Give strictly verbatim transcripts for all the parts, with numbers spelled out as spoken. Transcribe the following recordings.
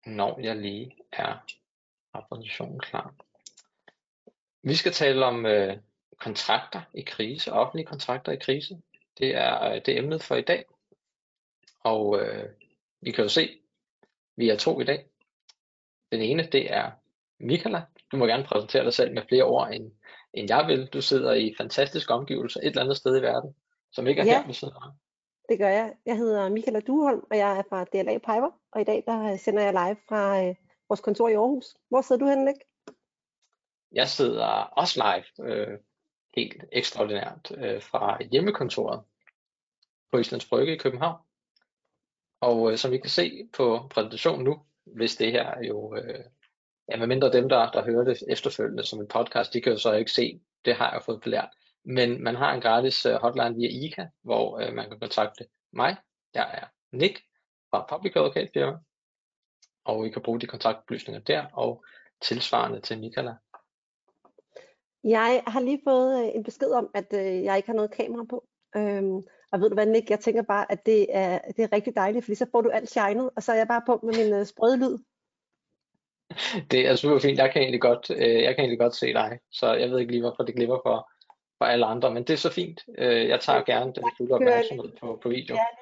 når jeg lige er har positionen klar. Vi skal tale om øh, kontrakter i krise, offentlige kontrakter i krise. Det er øh, det er emnet for i dag, og øh, vi kan jo se, vi er to i dag. Den ene, det er Michala. Du må gerne præsentere dig selv med flere ord, end, end jeg vil. Du sidder i fantastiske omgivelser et eller andet sted i verden, som ikke er Ja, her ved siden af mig. det gør jeg. Jeg hedder Michala Dueholm, og jeg er fra D L A Piper, og i dag der sender jeg live fra øh, vores kontor i Aarhus. Hvor sidder du henne, Nick? Jeg sidder også live, øh, helt ekstraordinært, øh, fra hjemmekontoret på Islands Brygge i København. Og øh, som I kan se på præsentationen nu, hvis det her jo, øh, ja, medmindre dem, der, der hører det efterfølgende som en podcast, de kan jo så ikke se, det har jeg fået belært. Men man har en gratis øh, hotline via I C A, hvor øh, man kan kontakte mig. Jeg er Nick fra Public Advocate Firma, og I kan bruge de kontaktoplysninger der, og tilsvarende til Michala. Jeg har lige fået øh, en besked om, at øh, jeg ikke har noget kamera på. Øhm, og ved du hvad, Nick? Jeg tænker bare, at det er, det er rigtig dejligt, fordi så får du alt shinet, og så er jeg bare på med min øh, sprøde lyd. Det er super fint. Jeg kan egentlig godt, øh, jeg kan egentlig godt se dig, så jeg ved ikke lige, hvorfor det glipper for, for alle andre, men det er så fint. Øh, jeg tager gerne den fulde opmærksomhed på, på video. Ja,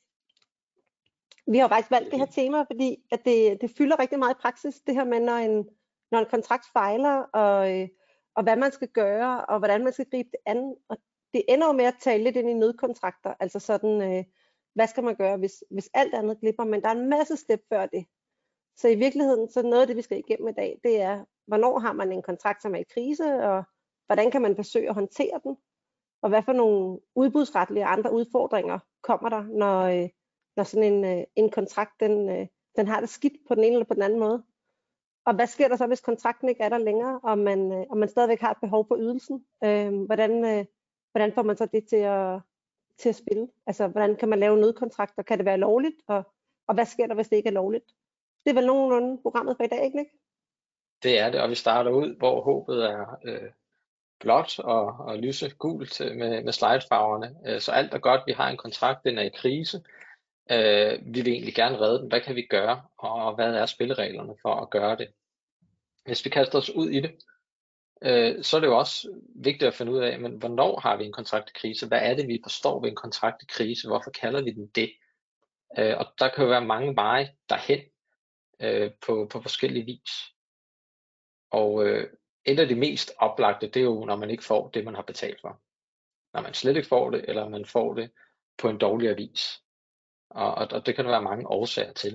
vi har jo faktisk valgt det her tema, fordi at det, det fylder rigtig meget i praksis, det her med, når en, når en kontrakt fejler, og, øh, og hvad man skal gøre, og hvordan man skal gribe det an. Og det ender jo med at tale lidt ind i nødkontrakter, altså sådan, øh, hvad skal man gøre, hvis, hvis alt andet glipper, men der er en masse step før det. Så i virkeligheden, så noget af det, vi skal igennem i dag, det er, hvornår har man en kontrakt, som er i krise, og hvordan kan man forsøge at håndtere den, og hvad for nogle udbudsretlige og andre udfordringer kommer der, når, øh, når sådan en, øh, en kontrakt, den, øh, den har det skidt på den ene eller på den anden måde. Og hvad sker der så, hvis kontrakten ikke er der længere, og man, øh, og man stadigvæk har et behov for ydelsen? Øh, hvordan, øh, hvordan får man så det til at, til at spille? Altså, hvordan kan man lave nødkontrakter? Kan det være lovligt? Og, og hvad sker der, hvis det ikke er lovligt? Det er vel nogenlunde programmet for i dag, ikke Nick? Det er det, og vi starter ud, hvor håbet er øh, blåt og, og lyse gult med, med slidefarverne. Øh, så alt er godt, vi har en kontrakt, den er i krise. Øh, vi vil egentlig gerne redde den. Hvad kan vi gøre, og hvad er spillereglerne for at gøre det? Hvis vi kaster os ud i det, øh, så er det jo også vigtigt at finde ud af, men hvornår har vi en kontrakt i krise? Hvad er det, vi forstår ved en kontrakt i krise? Hvorfor kalder vi den det? Øh, og der kan jo være mange veje derhen øh, på, på forskellige vis. Og øh, et af de mest oplagte, det er jo, når man ikke får det, man har betalt for. Når man slet ikke får det, eller man får det på en dårligere vis. Og, og, og det kan der være mange årsager til.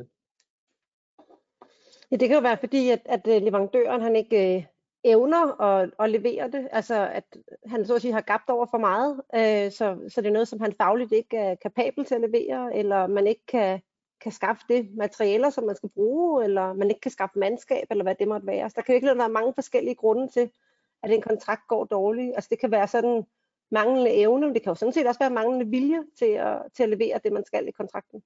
Ja, det kan jo være fordi, at, at leverandøren han ikke øh, evner at, at levere det. Altså, at han så at sige har gabt over for meget. Øh, så, så det er noget, som han fagligt ikke er kapabel til at levere, eller man ikke kan, kan skaffe det materialer, som man skal bruge, eller man ikke kan skaffe mandskab, eller hvad det måtte være. Så der kan virkelig være mange forskellige grunde til, at en kontrakt går dårligt. Altså, det kan være sådan manglende evne, men det kan jo sådan set også være manglende vilje til at, til at levere det, man skal i kontrakten.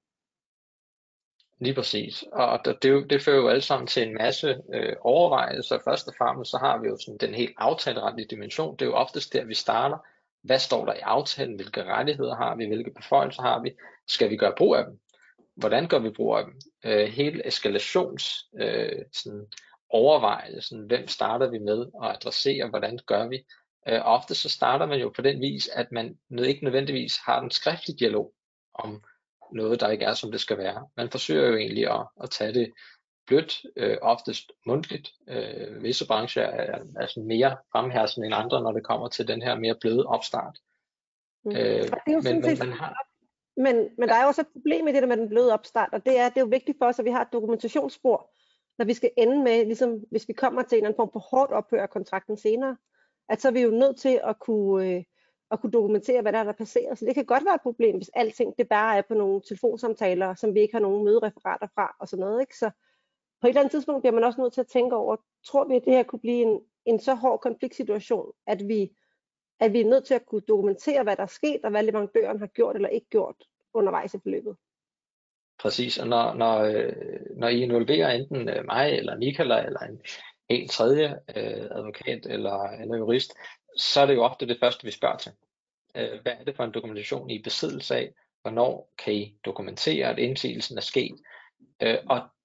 Lige præcis. Og det, det, det fører jo alle sammen til en masse øh, overvejelser. Først og fremmest så har vi jo sådan den helt aftaleretlige dimension. Det er jo oftest der, vi starter. Hvad står der i aftalen? Hvilke rettigheder har vi? Hvilke beføjelser har vi? Skal vi gøre brug af dem? Hvordan gør vi brug af dem? Øh, hele eskalations øh, sådan overvejelsen. Hvem starter vi med at adressere? Hvordan gør vi? Øh, ofte så starter man jo på den vis, at man ikke nødvendigvis har en skriftlig dialog om noget, der ikke er, som det skal være. Man forsøger jo egentlig at, at tage det blødt, øh, oftest mundtligt. Øh, visse brancher er, er sådan mere fremherskende end andre, når det kommer til den her mere bløde opstart. Mm. Øh, det er jo men, men set, man har... men, men der er jo også et problem i det der med den bløde opstart, og det er, det er jo vigtigt for os, at vi har et dokumentationsspor, når vi skal ende med, ligesom hvis vi kommer til en eller anden form for hårdt ophør af kontrakten senere, at så er vi jo nødt til at kunne, øh, at kunne dokumentere, hvad der er, der passerer. Så det kan godt være et problem, hvis alting det bare er på nogle telefonsamtaler, som vi ikke har nogen mødereferater fra og sådan noget. Ikke? Så på et eller andet tidspunkt bliver man også nødt til at tænke over, tror vi, at det her kunne blive en, en så hård konfliktsituation, at vi, at vi er nødt til at kunne dokumentere, hvad der er sket, og hvad leverandøren har gjort eller ikke gjort undervejs i forløbet. Præcis, og når, når, øh, når I involverer enten øh, mig eller Michala eller en helt tredje øh, advokat eller, eller jurist, så er det jo ofte det første, vi spørger til. Øh, hvad er det for en dokumentation, I er besiddelse af? Hvornår kan I dokumentere, at indsigelsen er sket? Øh, og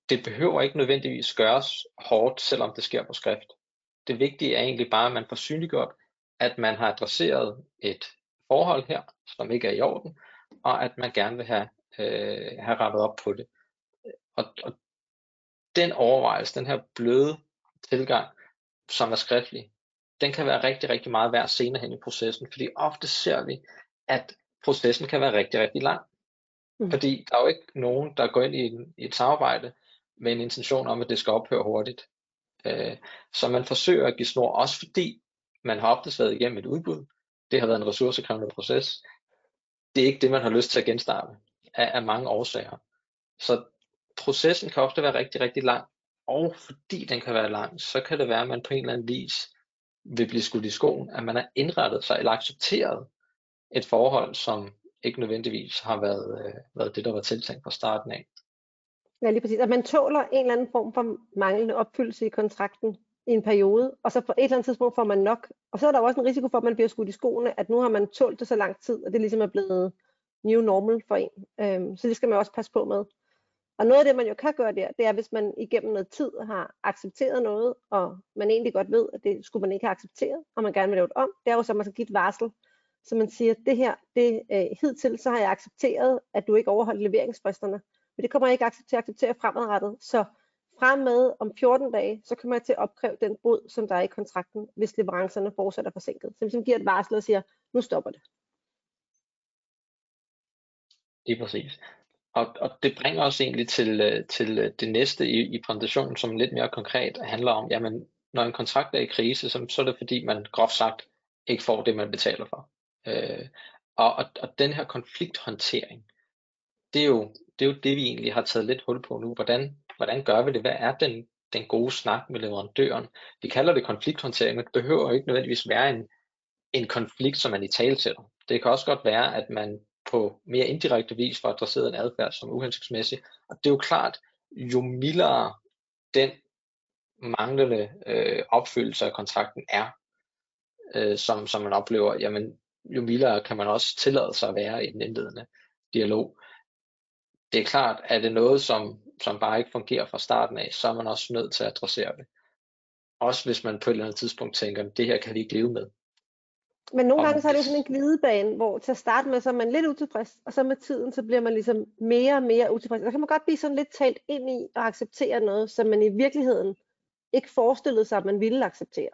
det behøver ikke nødvendigvis gøres hårdt, selvom det sker på skrift. Det vigtige er egentlig bare, at man får synliggjort, at man har adresseret et forhold her, som ikke er i orden, og at man gerne vil have, øh, have rettet op på det. Og, og den overvejelse, den her bløde tilgang, som er skriftlig, den kan være rigtig, rigtig meget værd senere hen i processen, fordi ofte ser vi, at processen kan være rigtig, rigtig lang. Mm. Fordi der er jo ikke nogen, der går ind i, en, i et samarbejde med en intention om, at det skal ophøre hurtigt. Øh, så man forsøger at give snor, også fordi man har oftest været igennem et udbud. Det har været en ressourcekrævende proces. Det er ikke det, man har lyst til at genstarte af, af mange årsager. Så processen kan ofte være rigtig, rigtig lang, og fordi den kan være lang, så kan det være, at man på en eller anden vis vil blive skudt i skoen, at man har indrettet sig eller accepteret et forhold, som ikke nødvendigvis har været, øh, været det, der var tiltænkt fra starten af. Ja, lige præcis. At man tåler en eller anden form for manglende opfyldelse i kontrakten i en periode, og så på et eller andet tidspunkt får man nok. Og så er der også en risiko for, at man bliver skudt i skoene, at nu har man tålt det så lang tid, og det ligesom er blevet new normal for en. Øhm, så det skal man også passe på med. Og noget af det, man jo kan gøre der, det er, hvis man igennem noget tid har accepteret noget, og man egentlig godt ved, at det skulle man ikke have accepteret, og man gerne vil lave det om, det er jo så, at man skal give et varsel. Så man siger, det her, det øh, hidtil, så har jeg accepteret, at du ikke overholdt leveringsfristerne. Men det kommer jeg ikke til at acceptere fremadrettet. Så frem med om fjorten dage, så kommer jeg til at opkræve den bod, som der er i kontrakten, hvis leverancerne fortsætter forsinket. Så ligesom giver et varsel og siger, nu stopper det. Lige præcis. Og, og det bringer os egentlig til, til det næste i, i præsentationen, som lidt mere konkret handler om, jamen når en kontrakt er i krise, så, så er det fordi, man groft sagt ikke får det, man betaler for. Øh, og, og, og den her konflikthåndtering, det er, jo, det er jo det, vi egentlig har taget lidt hul på nu. Hvordan, hvordan gør vi det? Hvad er den, den gode snak med leverandøren? Vi kalder det konflikthåndtering, men det behøver jo ikke nødvendigvis være en, en konflikt, som man i tale sætter. Det kan også godt være, at man på mere indirekte vis får adresseret en adfærd som uhensigtsmæssig. Og det er jo klart, jo mildere den manglende øh, opfyldelse af kontrakten er, øh, som, som man oplever, jamen, jo mildere kan man også tillade sig at være i den indledende dialog. Det er klart, at det er noget, som, som bare ikke fungerer fra starten af, så er man også nødt til at adressere det. Også hvis man på et eller andet tidspunkt tænker, at det her kan vi ikke leve med. Men nogle gange så er det jo sådan en glidebane, hvor til at starte med, så er man lidt utilfreds, og så med tiden, så bliver man ligesom mere og mere utilfreds. Så kan man godt blive sådan lidt talt ind i og acceptere noget, som man i virkeligheden ikke forestillede sig, at man ville acceptere.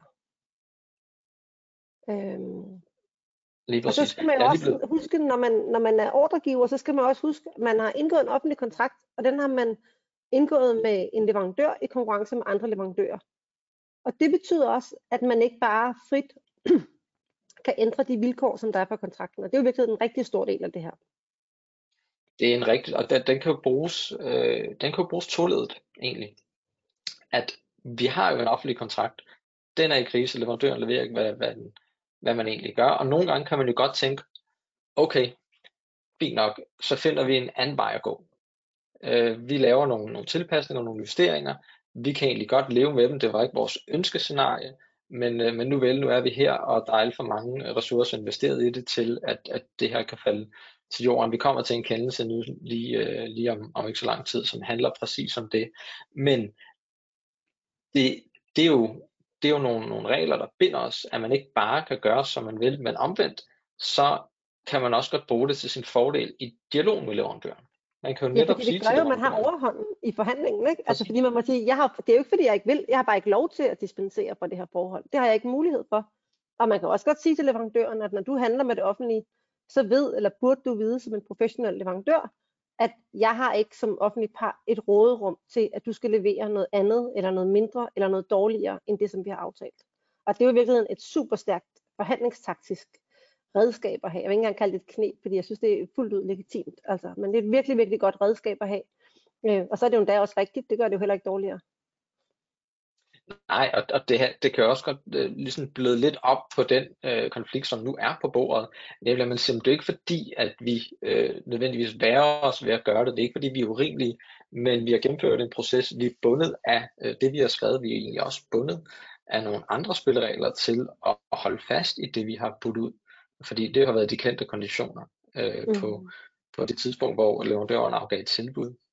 Øhm. Og så skal man jo også huske, når man, når man er ordregiver, så skal man også huske, at man har indgået en offentlig kontrakt, og den har man indgået med en leverandør i konkurrence med andre leverandører. Og det betyder også, at man ikke bare frit kan ændre de vilkår, som der er for kontrakten. Og det er jo virkelig en rigtig stor del af det her. Det er en rigtig, og den, den kan jo bruges, øh, den kan jo bruges toledet egentlig. At vi har jo en offentlig kontrakt. Den er i krise, leverandøren leverer ikke, hvad, hvad, den, hvad man egentlig gør. Og nogle gange kan man jo godt tænke, okay, fint nok, så finder vi en anden vej at gå. Øh, vi laver nogle, nogle tilpasninger, nogle justeringer. Vi kan egentlig godt leve med dem. Det var ikke vores ønskescenarie. Men, øh, men nu vel, nu er vi her, og der er alt for mange ressourcer investeret i det til, at, at det her kan falde til jorden. Vi kommer til en kendelse nu lige, øh, lige om, om ikke så lang tid, som handler præcis om det. Men det, det er jo, det er jo nogle, nogle regler, der binder os, at man ikke bare kan gøre, som man vil, men omvendt, så kan man også godt bruge det til sin fordel i dialog med leverandøren. Man kan jo netop ja, sige det gør jo, man har overhånden i forhandlingen, ikke? Altså fordi man må sige, jeg har, det er jo ikke fordi jeg ikke vil, jeg har bare ikke lov til at dispensere fra det her forhold. Det har jeg ikke mulighed for. Og man kan også godt sige til leverandøren, at når du handler med det offentlige, så ved, eller burde du vide som en professionel leverandør, at jeg har ikke som offentlig part et råderum til, at du skal levere noget andet, eller noget mindre, eller noget dårligere, end det, som vi har aftalt. Og det er jo i virkeligheden et super stærkt forhandlingstaktisk redskab at have. Jeg vil ikke engang kalde det et knep, fordi jeg synes, det er fuldt ud legitimt. Altså, men det er et virkelig, virkelig godt redskab at have. Øh, og så er det jo endda også rigtigt. Det gør det jo heller ikke dårligere. Nej, og, og det, her, det kan jo også godt øh, ligesom bløde lidt op på den øh, konflikt, som nu er på bordet. Nemlig, at man siger, det er ikke fordi, at vi øh, nødvendigvis værer os ved at gøre det. Det er ikke fordi, vi er urimelige, men vi har gennemført en proces. Vi er bundet af øh, det, vi har skrevet. Vi er egentlig også bundet af nogle andre spilleregler til at holde fast i det, vi har budt ud. Fordi det har været de kendte konditioner øh, mm. på, på det tidspunkt, hvor leverandøren afgav et tilbud.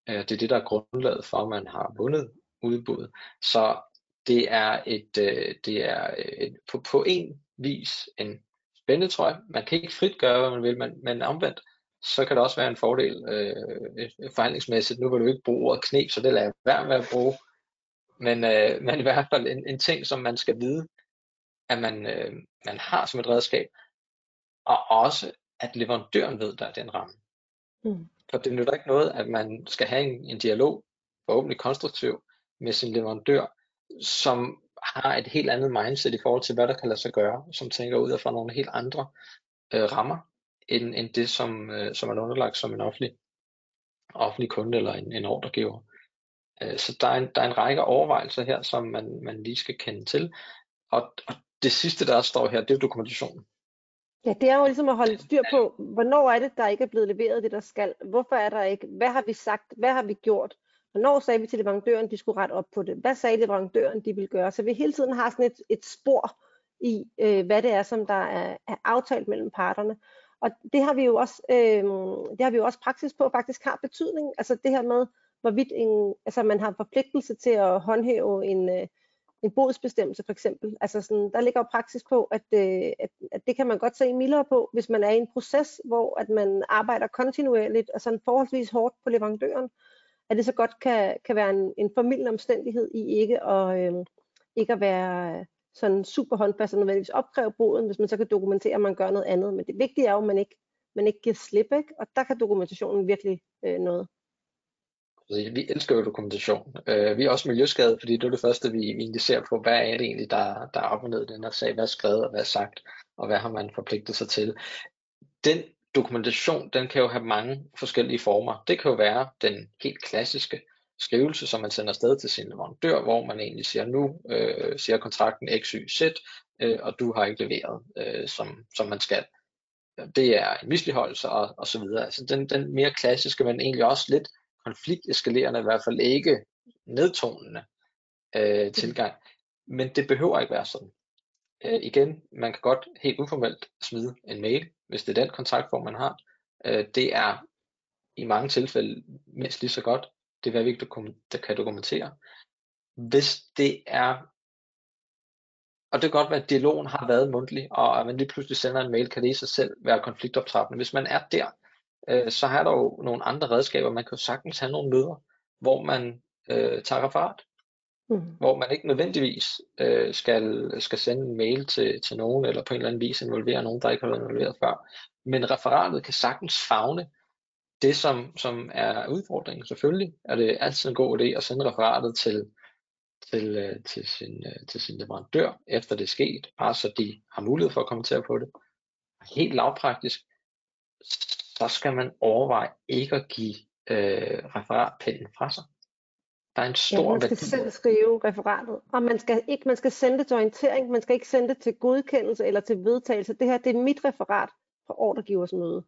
Øh, det er det, der er grundlaget for, at man har vundet udbuddet. Så det er et, øh, det er et, på, på en vis en spændetrøje. Man kan ikke frit gøre, hvad man vil, men, men omvendt, så kan det også være en fordel øh, forhandlingsmæssigt. Nu vil du ikke bruge ordet knep, så det lader jeg være med at bruge. Men, øh, men i hvert fald en, en ting, som man skal vide, at man, øh, man har som et redskab, og også at leverandøren ved, der er den ramme. Mm. For det nytter ikke noget, at man skal have en, en dialog, forhåbentlig konstruktiv, med sin leverandør, som har et helt andet mindset i forhold til, hvad der kan lade sig gøre, som tænker ud af fra nogle helt andre øh, rammer, end, end det, som, øh, som er underlagt som en offentlig, offentlig kunde eller en, en ordregiver. Øh, så der er, en, der er en række overvejelser her, som man, man lige skal kende til. Og, og det sidste, der står her, det er dokumentationen. Ja, det er jo ligesom at holde styr på, hvornår er det, der ikke er blevet leveret det, der skal. Hvorfor er der ikke? Hvad har vi sagt? Hvad har vi gjort? Hvornår sagde vi til leverandøren, de skulle rette op på det? Hvad sagde leverandøren, de ville gøre? Så vi hele tiden har sådan et, et spor i, øh, hvad det er, som der er, er aftalt mellem parterne. Og det har vi jo også, øh, det har vi jo også praksis på, faktisk har betydning. Altså det her med, hvorvidt en, altså man har forpligtelse til at håndhæve en, øh, en bodsbestemmelse for eksempel. Altså sådan, der ligger jo praksis på, at, øh, at, at det kan man godt se mildere på, hvis man er i en proces, hvor at man arbejder kontinuerligt og sådan forholdsvis hårdt på leverandøren, at det så godt kan, kan være en, en formildende omstændighed i ikke at, øh, ikke at være sådan super håndfast og nødvendigvis opkræve boden, hvis man så kan dokumentere, at man gør noget andet. Men det vigtige er jo, at man ikke, man ikke giver slip, ikke? Og der kan dokumentationen virkelig øh, noget. Vi elsker jo dokumentation. Uh, vi er også miljøskade, fordi det er det første, vi, vi egentlig ser på, hvad er det egentlig, der, der er op og ned i den her sag, hvad er skrevet og hvad er sagt, og hvad har man forpligtet sig til. Den dokumentation, den kan jo have mange forskellige former. Det kan jo være den helt klassiske skrivelse, som man sender afsted til sin leverandør, hvor man egentlig siger, nu øh, siger kontrakten X Y Z, øh, og du har ikke leveret, øh, som, som man skal. Det er en misligholdelse og, og så videre. Altså den, den mere klassiske, men egentlig også lidt konflikteskalerende, i hvert fald ikke nedtonende øh, tilgang. Men det behøver ikke være sådan. Øh, igen, man kan godt helt uformelt smide en mail, hvis det er den kontaktform, man har. Øh, det er i mange tilfælde mindst lige så godt. Det er hvad vi ikke kan dokumentere. Hvis det er, og det kan godt være, at dialogen har været mundtlig, og at man lige pludselig sender en mail, kan det i sig selv være konfliktoptrappende. Hvis man er der, øh, så har der jo nogle andre redskaber. Man kan jo sagtens have nogle møder, hvor man øh, tager referat. Mm. Hvor man ikke nødvendigvis øh, skal, skal sende en mail til, til nogen, eller på en eller anden vis involvere nogen, der ikke har været involveret før. Men referatet kan sagtens favne det, som, som er udfordringen. Selvfølgelig er det altid en god idé at sende referatet til, til, øh, til, sin, øh, til sin leverandør, efter det er sket, bare så de har mulighed for at kommentere på det. Helt lavpraktisk, så skal man overveje ikke at give øh, referatpinden fra sig. Der er en stor ja, man skal værdi. selv skrive referatet, og man skal ikke, man skal sende det til orientering, man skal ikke sende det til godkendelse eller til vedtagelse. Det her, det er mit referat fra ordregivers møde.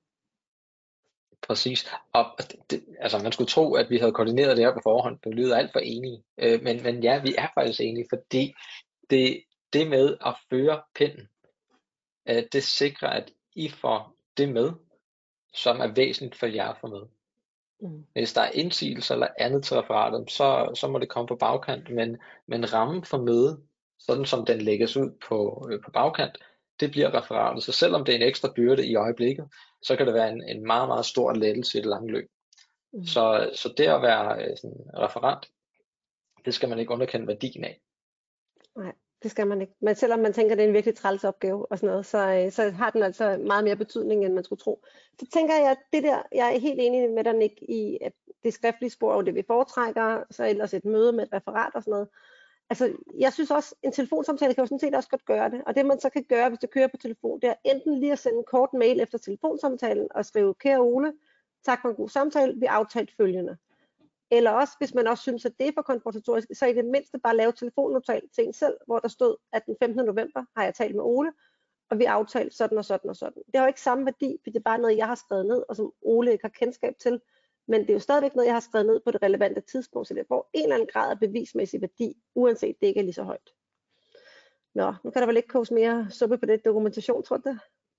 Præcis, og det, altså man skulle tro, at vi havde koordineret det her på forhånd, det lyder alt for enige, øh, men, men ja, vi er faktisk enige, fordi det, det med at føre pinden, øh, det sikrer, at I får det med, som er væsentligt for jer at få med. Mm. Hvis der er indsigelser eller andet til referatet, så, så må det komme på bagkant, men, men rammen for mødet, sådan som den lægges ud på, øh, på bagkant, det bliver referatet. Så selvom det er en ekstra byrde i øjeblikket, så kan det være en, en meget, meget stor lettelse i det lange løb. Mm. Så, så det at være øh, sådan, referent, det skal man ikke underkende værdien af. Nej, det skal man ikke. Men selvom man tænker, at det er en virkelig træls opgave og sådan noget, så, så har den altså meget mere betydning, end man skulle tro. Så tænker jeg, at det der, jeg er helt enig med dig, Nick, i, at det skriftlige spor er det, vi foretrækker, så ellers et møde med et referat og sådan noget. Altså, jeg synes også, en telefonsamtale kan jo sådan set også godt gøre det. Og det man så kan gøre, hvis det kører på telefon, det er enten lige at sende en kort mail efter telefonsamtalen og skrive, kære Ole, tak for en god samtale, vi aftalt følgende. Eller også, hvis man også synes, at det er for konfrontatorisk, så i det mindste bare lave telefonnotat til en selv, hvor der stod, at den femtende november har jeg talt med Ole, og vi aftalt sådan og sådan og sådan. Det har jo ikke samme værdi, for det er bare noget, jeg har skrevet ned, og som Ole ikke har kendskab til. Men det er jo stadigvæk noget, jeg har skrevet ned på det relevante tidspunkt, så det får en eller anden grad af bevismæssig værdi, uanset det ikke er lige så højt. Nå, nu kan der vel ikke koges mere suppe på det dokumentation, tror du det?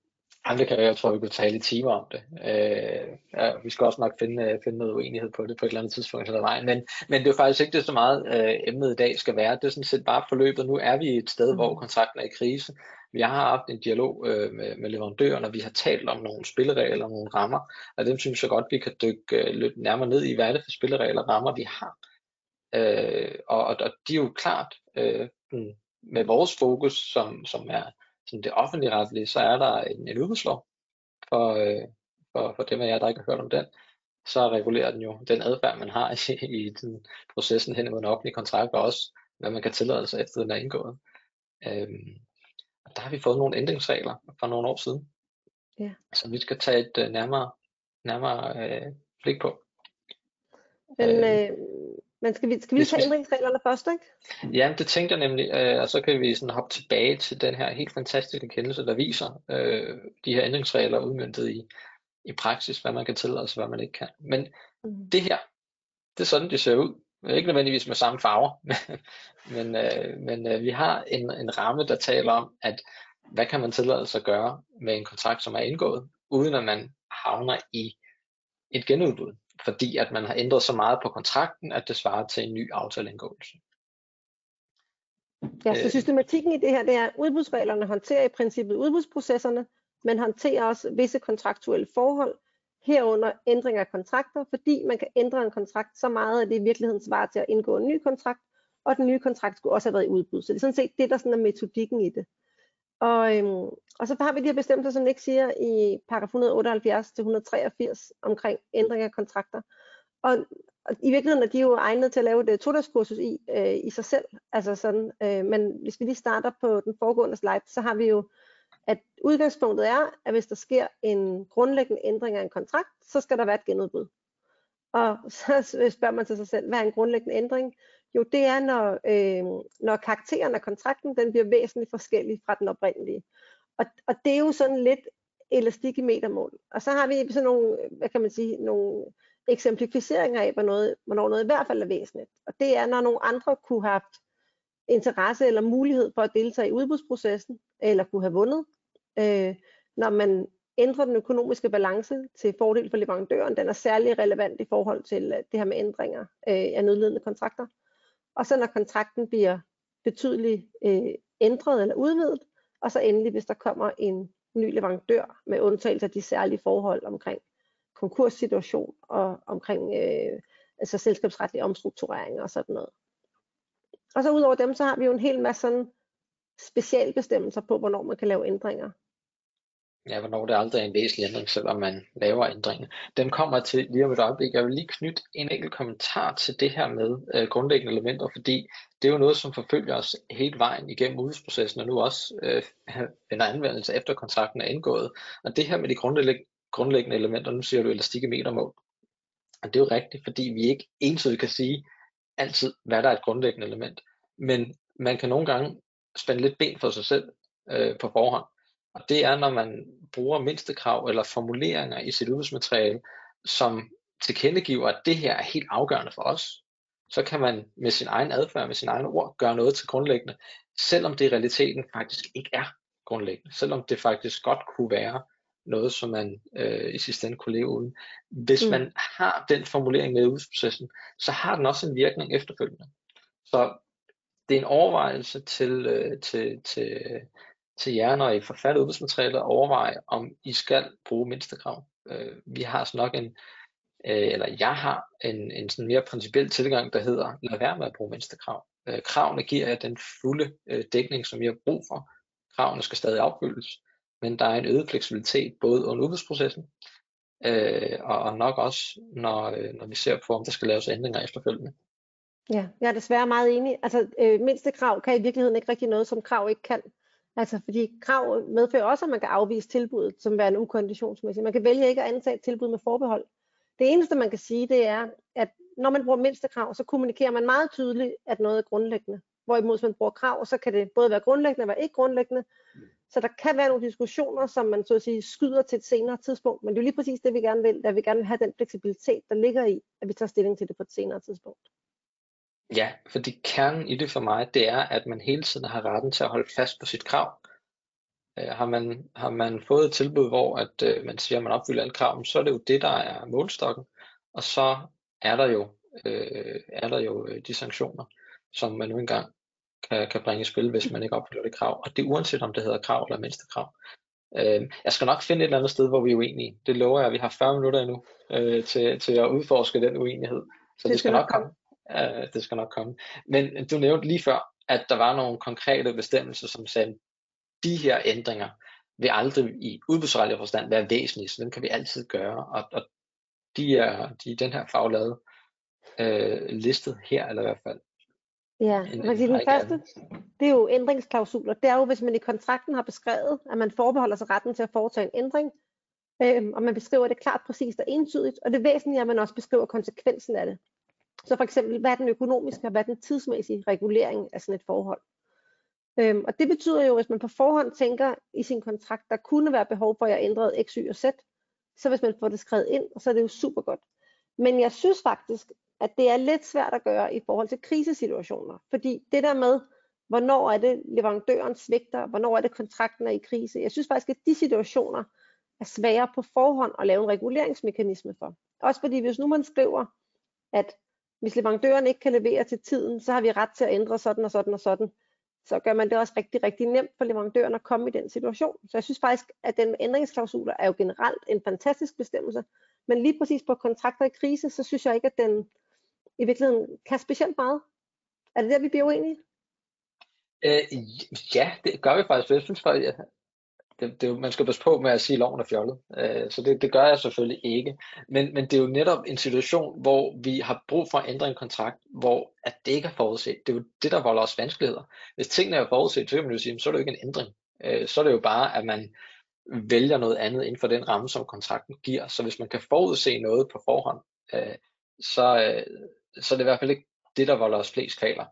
Jamen, det kan jeg, jeg tror, vi kunne tale i timer om det. Øh, ja, vi skal også nok finde, finde noget uenighed på det på et eller andet tidspunkt eller vejen. Men, men det er jo faktisk ikke det, så meget øh, emnet i dag skal være. Det er sådan set bare forløbet. Nu er vi et sted, mm. hvor kontrakten er i krise. Vi har haft en dialog øh, med, med leverandøren, og vi har talt om nogle spilleregler, nogle rammer. Og dem synes jeg godt, vi kan dykke øh, lidt nærmere ned i, hvad er det for spilleregler og rammer, vi har. Øh, og, og de er jo klart, øh, med vores fokus, som, som er sådan det offentlige retlige, så er der en, en udbudslov for, øh, for, for dem af jer, der ikke har hørt om den. Så regulerer den jo den adfærd, man har i, i den processen hen imod en offentlig kontrakt, og også hvad man kan tillade sig efter den er indgået. Øhm, og der har vi fået nogle ændringsregler for nogle år siden, ja. som vi skal tage et uh, nærmere, nærmere øh, blik på. Men, øh, men skal vi, skal vi tage ændringsreglerne først, ikke? Ja, det tænkte jeg nemlig, øh, og så kan vi sådan hoppe tilbage til den her helt fantastiske kendelse, der viser øh, de her ændringsregler udmøntet i, i praksis, hvad man kan tillade sig, hvad man ikke kan. Men mm. det her, det er sådan, det ser ud. Ikke nødvendigvis med samme farver, men, øh, men øh, vi har en, en ramme, der taler om, at hvad kan man tillade sig at gøre med en kontrakt, som er indgået, uden at man havner i et genudbud, fordi at man har ændret så meget på kontrakten, at det svarer til en ny aftaleindgåelse. Ja, så systematikken i det her, det er, at udbudsreglerne håndterer i princippet udbudsprocesserne, men håndterer også visse kontraktuelle forhold, herunder ændring af kontrakter, fordi man kan ændre en kontrakt så meget, at det i virkeligheden svarer til at indgå en ny kontrakt, og den nye kontrakt skulle også have været i udbud. Så det er sådan set det, der sådan er metodikken i det. Og, øhm, og så har vi de her bestemmelser, som Nick siger, i paragraf et hundrede otteoghalvfjerds til et hundrede treogfirs omkring ændring af kontrakter. Og, og i virkeligheden er de jo egnet til at lave et todagskursus i, øh, i sig selv. Altså sådan, øh, men hvis vi lige starter på den foregående slide, så har vi jo, at udgangspunktet er, at hvis der sker en grundlæggende ændring af en kontrakt, så skal der være et genudbud. Og så spørger man til sig selv, hvad er en grundlæggende ændring? Jo, det er, når, øh, når karakteren af kontrakten, den bliver væsentligt forskellig fra den oprindelige. Og, og det er jo sådan lidt elastik i metermål. Og så har vi sådan nogle, hvad kan man sige, nogle eksemplificeringer af, hvornår noget, hvornår noget i hvert fald er væsentligt. Og det er, når nogle andre kunne have haft interesse eller mulighed for at deltage i udbudsprocessen, eller kunne have vundet. Øh, når man ændrer den økonomiske balance til fordel for leverandøren, den er særlig relevant i forhold til det her med ændringer øh, af nødlidende kontrakter. Og så når kontrakten bliver betydeligt øh, ændret eller udvidet, og så endelig, hvis der kommer en ny leverandør med undtagelse af de særlige forhold omkring konkurssituation og omkring øh, altså selskabsretlige omstruktureringer og sådan noget. Og så udover dem, så har vi jo en hel masse sådan specialbestemmelser på, hvornår man kan lave ændringer. Ja, hvornår det aldrig er en væsentlig ændring, selvom man laver ændringer. Den kommer til lige om et øjeblik. Jeg vil lige knytte en enkelt kommentar til det her med øh, grundlæggende elementer, fordi det er jo noget, som forfølger os hele vejen igennem udbudsprocessen, og nu også øh, finder anvendelse efter kontrakten er indgået. Og det her med de grundlæggende, grundlæggende elementer, nu siger du elastik i metermål. Og det er jo rigtigt, fordi vi ikke entydigt kan sige altid, hvad der er et grundlæggende element. Men man kan nogle gange spænde lidt ben for sig selv øh, på forhånd. Og det er, når man bruger mindstekrav eller formuleringer i sit udbudsmateriale, som tilkendegiver, at det her er helt afgørende for os. Så kan man med sin egen adfærd, med sin egen ord, gøre noget til grundlæggende, selvom det i realiteten faktisk ikke er grundlæggende. Selvom det faktisk godt kunne være noget, som man øh, i sidste ende kunne leve uden. Hvis mm. man har den formulering med i udbudsprocessen, så har den også en virkning efterfølgende. Så det er en overvejelse til, øh, til, til til jer, når I forfatter udbudsmaterialet, overveje, om I skal bruge mindstekrav. Øh, vi har sådan nok en, øh, eller jeg har en, en sådan mere principiel tilgang, der hedder, lad være med at bruge mindstekrav. Øh, kravene giver jer den fulde øh, dækning, som I har brug for. Kravene skal stadig opfyldes, men der er en øget fleksibilitet, både under udbudsprocessen, øh, og, og nok også, når, øh, når vi ser på, om der skal laves ændringer efterfølgende. Ja, jeg er desværre meget enig. Altså, øh, mindstekrav kan i virkeligheden ikke rigtig noget, som krav ikke kan. Altså fordi krav medfører også, at man kan afvise tilbuddet som værende ukonditionsmæssigt. Man kan vælge ikke at antage et tilbud med forbehold. Det eneste man kan sige, det er, at når man bruger mindstekrav, så kommunikerer man meget tydeligt, at noget er grundlæggende. Hvorimod hvis man bruger krav, så kan det både være grundlæggende og være ikke grundlæggende. Så der kan være nogle diskussioner, som man så at sige skyder til et senere tidspunkt. Men det er jo lige præcis det, vi gerne vil, at vi gerne vil have den fleksibilitet, der ligger i, at vi tager stilling til det på et senere tidspunkt. Ja, fordi kernen i det for mig, det er, at man hele tiden har retten til at holde fast på sit krav. Øh, har, man, har man fået et tilbud, hvor at, øh, man siger, at man opfylder alle krav, så er det jo det, der er målstokken, og så er der jo, øh, er der jo øh, de sanktioner, som man nu engang kan, kan bringe i spil, hvis man ikke opfylder det krav, og det er uanset om det hedder krav eller mindste krav. Øh, jeg skal nok finde et eller andet sted, hvor vi er uenige. Det lover jeg, vi har fyrre minutter endnu øh, til, til at udforske den uenighed, så det, det skal nok komme. komme. Øh, det skal nok komme. Men du nævnte lige før, at der var nogle konkrete bestemmelser, som sagde, de her ændringer vil aldrig i udbudsretlig forstand være væsentlige, så dem kan vi altid gøre, og, og de er de er den her faglade øh, listet her, eller i hvert fald. Ja, en, man kan sige, den første, det er jo ændringsklausuler. Det er jo, hvis man i kontrakten har beskrevet, at man forbeholder sig retten til at foretage en ændring, øh, og man beskriver det klart, præcist og entydigt, og det væsentlige er, at man også beskriver konsekvensen af det. Så for eksempel, hvad er den økonomiske og hvad er den tidsmæssige regulering af sådan et forhold. Øhm, og det betyder jo, hvis man på forhånd tænker i sin kontrakt, der kunne være behov for, at jeg ændrede X, Y og Z, så hvis man får det skrevet ind, så er det jo super godt. Men jeg synes faktisk, at det er lidt svært at gøre i forhold til krisesituationer, fordi det der med, hvornår er det leverandøren svigter, hvornår er det kontrakten er i krise, jeg synes faktisk, at de situationer er svære på forhånd at lave en reguleringsmekanisme for. Også fordi hvis nu man skriver, at hvis leverandøren ikke kan levere til tiden, så har vi ret til at ændre sådan og sådan og sådan, så gør man det også rigtig, rigtig nemt for leverandøren at komme i den situation. Så jeg synes faktisk, at den ændringsklausuler er jo generelt en fantastisk bestemmelse, men lige præcis på kontrakter i krise, så synes jeg ikke, at den i virkeligheden kan specielt meget. Er det der, vi bliver uenige? Øh, ja, det gør vi faktisk. Jeg synes faktisk, at det, det, man skal passe på med at sige, at loven er fjollet. Øh, så det, det gør jeg selvfølgelig ikke. Men, men det er jo netop en situation, hvor vi har brug for at ændre en kontrakt, hvor at det ikke er forudset. Det er jo det, der volder os vanskeligheder. Hvis tingene er forudset, så kan man jo sige, så er det jo ikke en ændring. Øh, så er det jo bare, at man vælger noget andet inden for den ramme, som kontrakten giver. Så hvis man kan forudse noget på forhånd, øh, så, øh, så er det i hvert fald ikke det, der volder os flest kvaler.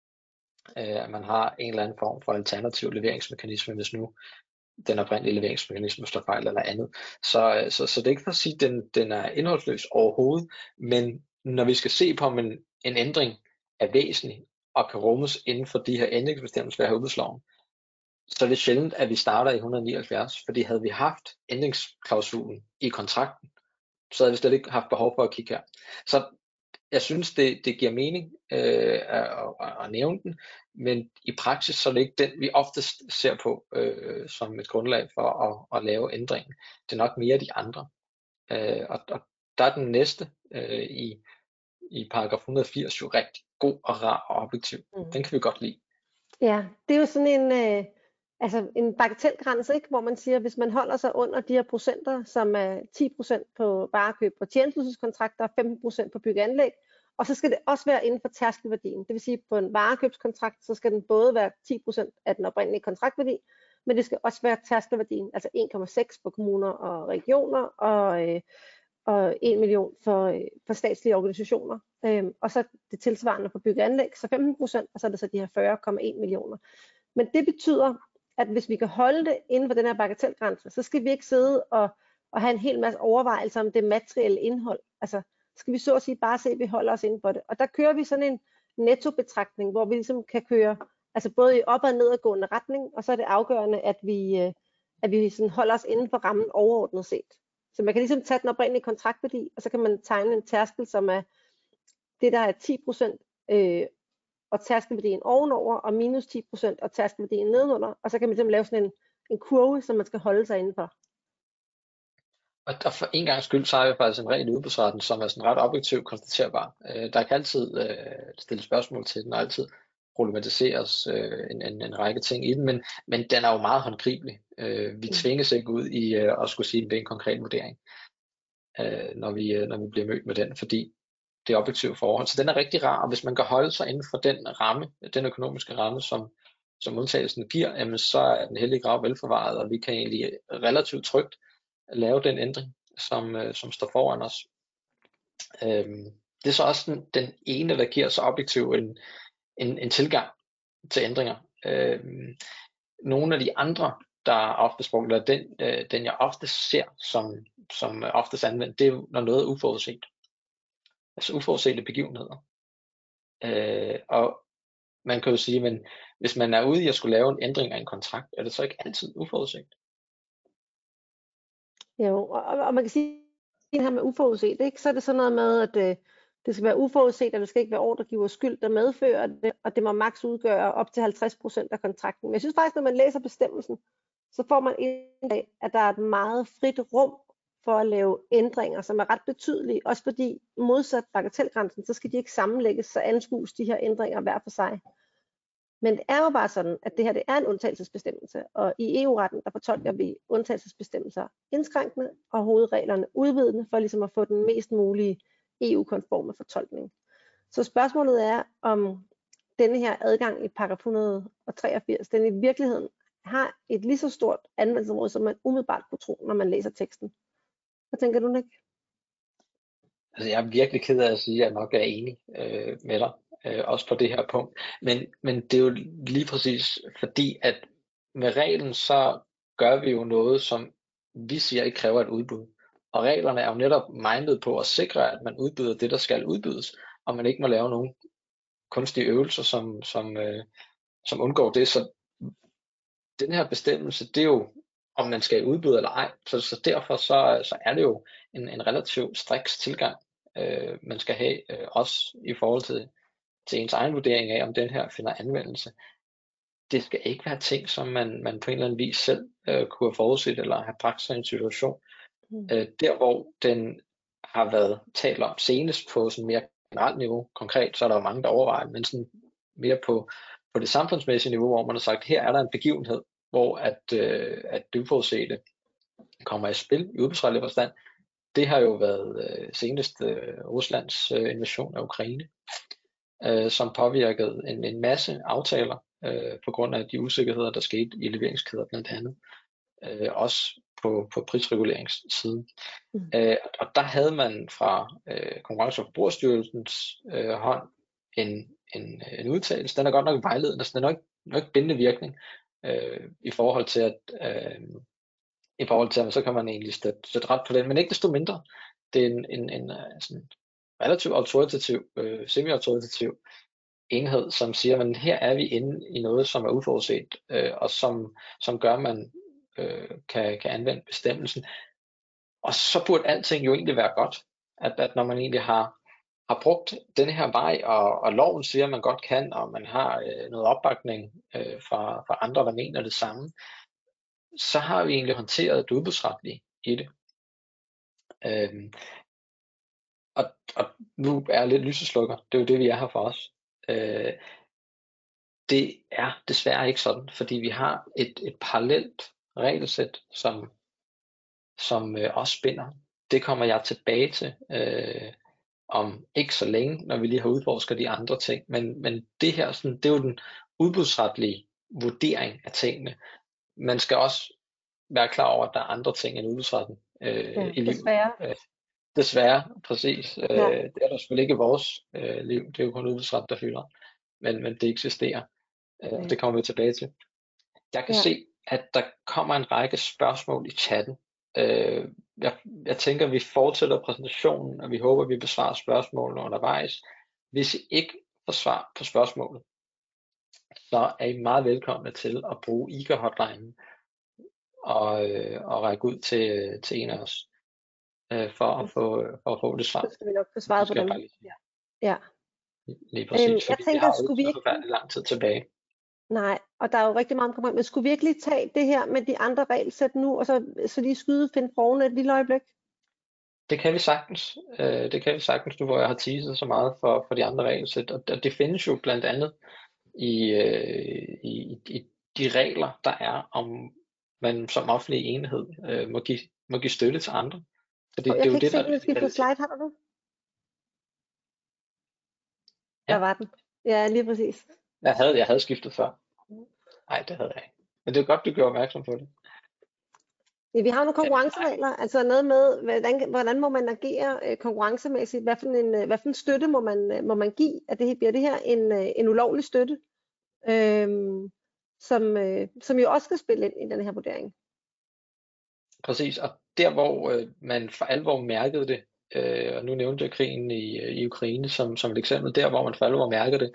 At man har en eller anden form for alternativ leveringsmekanisme, hvis nu den oprindelige leveringsmekanisme står fejl eller andet. Så, så, så det er ikke for at sige, at den, den er indholdsløs overhovedet, men når vi skal se på, om en, en ændring er væsentlig og kan rummes inden for de her ændringsbestemmelser af udbudsloven, så er det sjældent, at vi starter i et hundrede nioghalvfjerds, fordi havde vi haft ændringsklausulen i kontrakten, så havde vi slet ikke haft behov for at kigge her. Så jeg synes, det, det giver mening øh, at, at, at nævne den, men i praksis så er det ikke den, vi oftest ser på øh, som et grundlag for at, at lave ændringen. Det er nok mere de andre. Øh, og, og der er den næste øh, i, i paragraf et hundrede og firs jo rigtig god og rar og objektiv. Mm. Den kan vi godt lide. Ja, det er jo sådan en, øh, altså en bagatelgrænse, ikke? Hvor man siger, hvis man holder sig under de her procenter, som er ti procent på varekøb på tjenesteydelseskontakter og femten procent på byggeanlæg, og så skal det også være inden for tærskelværdien. Det vil sige, på en varekøbskontrakt, så skal den både være ti procent af den oprindelige kontraktværdi, men det skal også være tærskelværdien, altså en komma seks for kommuner og regioner, og, øh, og en million for, øh, for statslige organisationer. Øhm, og så det tilsvarende for byggeanlæg, så femten procent, og så er det så de her fyrre komma en millioner. Men det betyder, at hvis vi kan holde det inden for den her bagatelgrænse, så skal vi ikke sidde og, og have en hel masse overvejelser om det materielle indhold. Altså, skal vi så at sige bare se, at vi holder os inden for det. Og der kører vi sådan en nettobetragtning, hvor vi ligesom kan køre altså både i op- og nedadgående retning, og så er det afgørende, at vi, at vi sådan holder os inden for rammen overordnet set. Så man kan ligesom tage den oprindelige kontaktværdi, og så kan man tegne en tærskel, som er det, der er ti procent, øh, og tærskelværdien ovenover, og minus ti procent, og tærskelværdien nedenunder, og så kan man ligesom lave sådan en, en kurve, som man skal holde sig indenfor. Og for en gang skyld, så har vi faktisk en regel i udbudsretten, som er sådan ret objektivt konstaterbar. Øh, der kan altid øh, stille spørgsmål til den, og altid problematiseres øh, en, en, en række ting i den, men, men den er jo meget håndgribelig. Øh, vi tvinges ikke ud i øh, at skulle sige, at det er en konkret vurdering, øh, når, vi, øh, når vi bliver mødt med den, fordi det er objektive forhold. Så den er rigtig rar, og hvis man kan holde sig inden for den ramme, den økonomiske ramme, som, som undtagelsen giver, jamen, så er den hellige grav velforvaret, og vi kan egentlig relativt trygt lave den ændring, som, øh, som står foran os. Øhm, det er så også den, den ene, der giver så objektiv en, en, en tilgang til ændringer. Øhm, nogle af de andre, der er ofte brugt, eller den, øh, den jeg ofte ser som, som oftest anvendt, det er jo, når noget er uforudset. Altså uforudsete begivenheder. Øh, og man kan jo sige, men hvis man er ude i at skulle lave en ændring af en kontrakt, er det så ikke altid uforudset? Jo, og, og man kan sige, at det her med uforudset, ikke? Så er det sådan noget med, at øh, det skal være uforudset, og det skal ikke være ordregivers skyld, der medfører det, og det må maks udgøre op til halvtreds procent af kontrakten. Men jeg synes faktisk, når man læser bestemmelsen, så får man indtryk af, at der er et meget frit rum for at lave ændringer, som er ret betydelige, også fordi modsat bagatelgrænsen, så skal de ikke sammenlægges, så anskues de her ændringer hver for sig. Men det er jo bare sådan, at det her det er en undtagelsesbestemmelse, og i E U-retten, der fortolker vi undtagelsesbestemmelser indskrænkende og hovedreglerne udvidende, for ligesom at få den mest mulige E U-konforme fortolkning. Så spørgsmålet er, om denne her adgang i paragraf et hundrede og treogfirs, den i virkeligheden har et lige så stort anvendelsesområde, som man umiddelbart kunne tro, når man læser teksten. Hvad tænker du, Nick? Altså, jeg er virkelig ked af at sige, at jeg nok er enig øh, med dig, øh, også på det her punkt. Men, men det er jo lige præcis fordi, at med reglen, så gør vi jo noget, som vi siger ikke kræver et udbud. Og reglerne er jo netop mindet på at sikre, at man udbyder det, der skal udbydes, og man ikke må lave nogen kunstige øvelser, som, som, øh, som undgår det. Så den her bestemmelse, det er jo, om man skal udbyde eller ej. Så, så derfor så, så er det jo en, en relativt striks tilgang, øh, man skal have, øh, også i forhold til, til ens egen vurdering af, om den her finder anvendelse. Det skal ikke være ting, som man, man på en eller anden vis selv øh, kunne have forudset eller have bragt sig i en situation. Mm. Øh, der hvor den har været talt om senest på sådan mere generelt niveau, konkret, så er der jo mange, der overvejer, men sådan mere på, på det samfundsmæssige niveau, hvor man har sagt, her er der en begivenhed, hvor at, øh, at det uforudsete kommer i spil i udbudsretlig forstand. Det har jo været øh, senest øh, Ruslands øh, invasion af Ukraine, øh, som påvirkede en, en masse aftaler øh, på grund af de usikkerheder, der skete i leveringskæder blandt andet. Øh, også på, på prisreguleringssiden. Mm. Øh, og der havde man fra øh, Konkurrence- og Forbrugerstyrelsens øh, hånd en, en, en udtalelse. Den er godt nok vejledende, så den er nok, nok bindende virkning øh, i forhold til at øh, i forhold til at så kan man egentlig støtte, støtte ret på den, men ikke desto mindre. Det er en, en, en sådan relativt autoritativ, øh, semi-autoritativ enhed, som siger, at her er vi inde i noget, som er uforudset, øh, og som, som gør, at man øh, kan, kan anvende bestemmelsen. Og så burde alting jo egentlig være godt, at, at når man egentlig har, har brugt denne her vej, og, og loven siger, at man godt kan, og man har øh, noget opbakning øh, fra, fra andre, der mener det samme, så har vi egentlig håndteret det udbudsretlige i det. Øhm, og, og nu er jeg lidt lyseslukker, det er jo det, vi er her for os. Øh, det er desværre ikke sådan, fordi vi har et, et parallelt regelsæt, som, som øh, også spænder. Det kommer jeg tilbage til øh, om ikke så længe, når vi lige har udforsket de andre ting. Men, men det her, sådan, det er jo den udbudsretlige vurdering af tingene. Man skal også være klar over, at der er andre ting end udbudsretten øh, ja, i livet. Desværre. Øh, desværre, præcis. Ja. Øh, det er der selvfølgelig ikke i vores øh, liv. Det er jo kun udbudsret, der fylder. Men, men det eksisterer. Øh, og det kommer vi tilbage til. Jeg kan ja. se, at der kommer en række spørgsmål i chatten. Øh, jeg, jeg tænker, at vi fortsætter præsentationen, og vi håber, at vi besvarer spørgsmålene undervejs. Hvis I ikke får svar på spørgsmålet, så er I meget velkomne til at bruge I G A-hotline og, øh, og række ud til, til en af os øh, for, at få, for at få det svar. Så skal vi nok få svaret på dem. Ja. ja. Lige præcis, øhm, fordi jeg tænker, vi har jo skulle vi ikke så forfærdelig lang tid tilbage. Nej, og der er jo rigtig meget omkring, men skulle vi ikke lige tage det her med de andre regelsæt nu, og så, så lige skyde Finn Frogne et lille øjeblik? Det kan vi sagtens. Øh, det kan vi sagtens nu, hvor jeg har teaset så meget for, for de andre regelsæt. Og, og det findes jo blandt andet i, øh, i, i de regler, der er om man som offentlig enhed øh, må, give, må give støtte til andre. Så det, jeg det er kan jo ikke det, se der den skiftet slide, har du det? Ja. Der var den. Ja, lige præcis. Jeg havde, jeg havde skiftet før. Nej, det havde jeg ikke. Men det er godt, du gjorde opmærksom på det. Ja, vi har nogle konkurrenceregler, ja, altså noget med, hvordan, hvordan må man agere øh, konkurrencemæssigt, hvad for en, øh, hvad for en støtte må man, øh, må man give, at det bliver det her en, øh, en ulovlig støtte, øh, som, øh, som jo også skal spille ind i den her vurdering. Præcis, og der hvor øh, man for alvor mærkede det, øh, og nu nævnte jeg krigen i, i Ukraine som, som et eksempel, der hvor man for alvor mærkede det,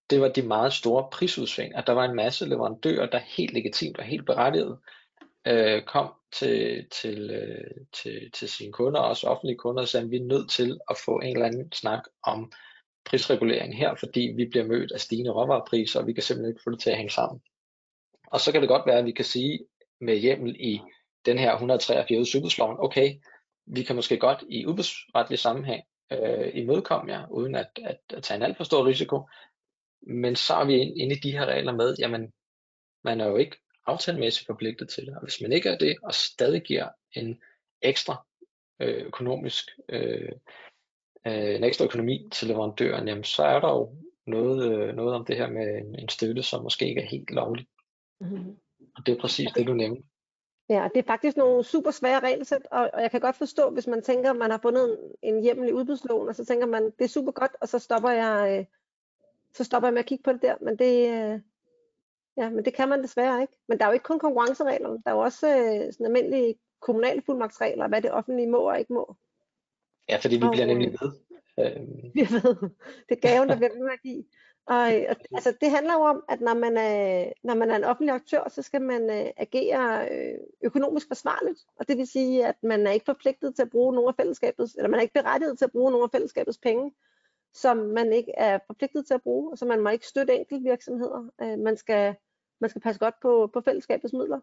det var de meget store prisudsving, at der var en masse leverandører, der helt legitimt og helt berettiget øh, kom til, til, øh, til, til sine kunder, også offentlige kunder, og sagde, at vi er nødt til at få en eller anden snak om prisregulering her, fordi vi bliver mødt af stigende råvarepriser, og vi kan simpelthen ikke få det til at hænge sammen. Og så kan det godt være, at vi kan sige med hjemmel i den her et hundrede og treogfirs udbudsloven, okay, vi kan måske godt i udbudsretlig sammenhæng øh, imødekomme jer, uden at, at, at tage en alt for stor risiko, men så er vi inde i de her regler med, jamen, man er jo ikke aftalemæssigt forpligtet til det, og hvis man ikke er det, og stadig giver en ekstra øh, økonomisk øh, øh, en ekstra økonomi til leverandøren, jamen, så er der jo noget, øh, noget om det her med en, en støtte, som måske ikke er helt lovlig. Mm-hmm. Og det er præcis det, du nævnte. Ja, det er faktisk nogle super svære regelsæt, og, og jeg kan godt forstå, hvis man tænker, man har fundet en, en hjemmel i udbudsloven, og så tænker man, det er super godt, og så stopper jeg, øh, så stopper jeg med at kigge på det der, men det, øh, ja, men det kan man desværre ikke. Men der er jo ikke kun konkurrenceregler, der er jo også øh, sådan almindelige kommunale fuldmagtsregler, hvad det offentlige må og ikke må. Ja, fordi vi og, bliver nemlig øh, ved. Øhm. Vi ved, det er gaven, der bliver ved med at give. Og, og altså, det handler jo om, at når man er, når man er en offentlig aktør, så skal man øh, agere øh, økonomisk forsvarligt. Og det vil sige, at man er ikke forpligtet til at bruge nogle af fællesskabets, eller man er ikke berettiget til at bruge nogle af fællesskabets penge, som man ikke er forpligtet til at bruge, og så man må ikke støtte enkeltvirksomheder. Øh, man, skal, man skal passe godt på, på fællesskabets midler.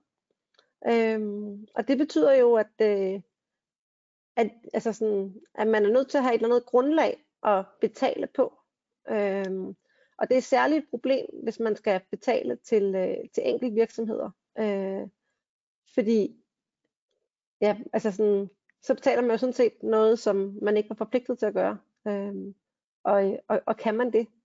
Øhm, og det betyder jo, at, øh, at, altså sådan, at man er nødt til at have et eller andet grundlag at betale på. Øhm, og det er særligt et problem, hvis man skal betale til, øh, til enkelte virksomheder. Øh, fordi ja, altså sådan, så betaler man jo sådan set noget, som man ikke var forpligtet til at gøre. Øhm, og, og, og kan man det?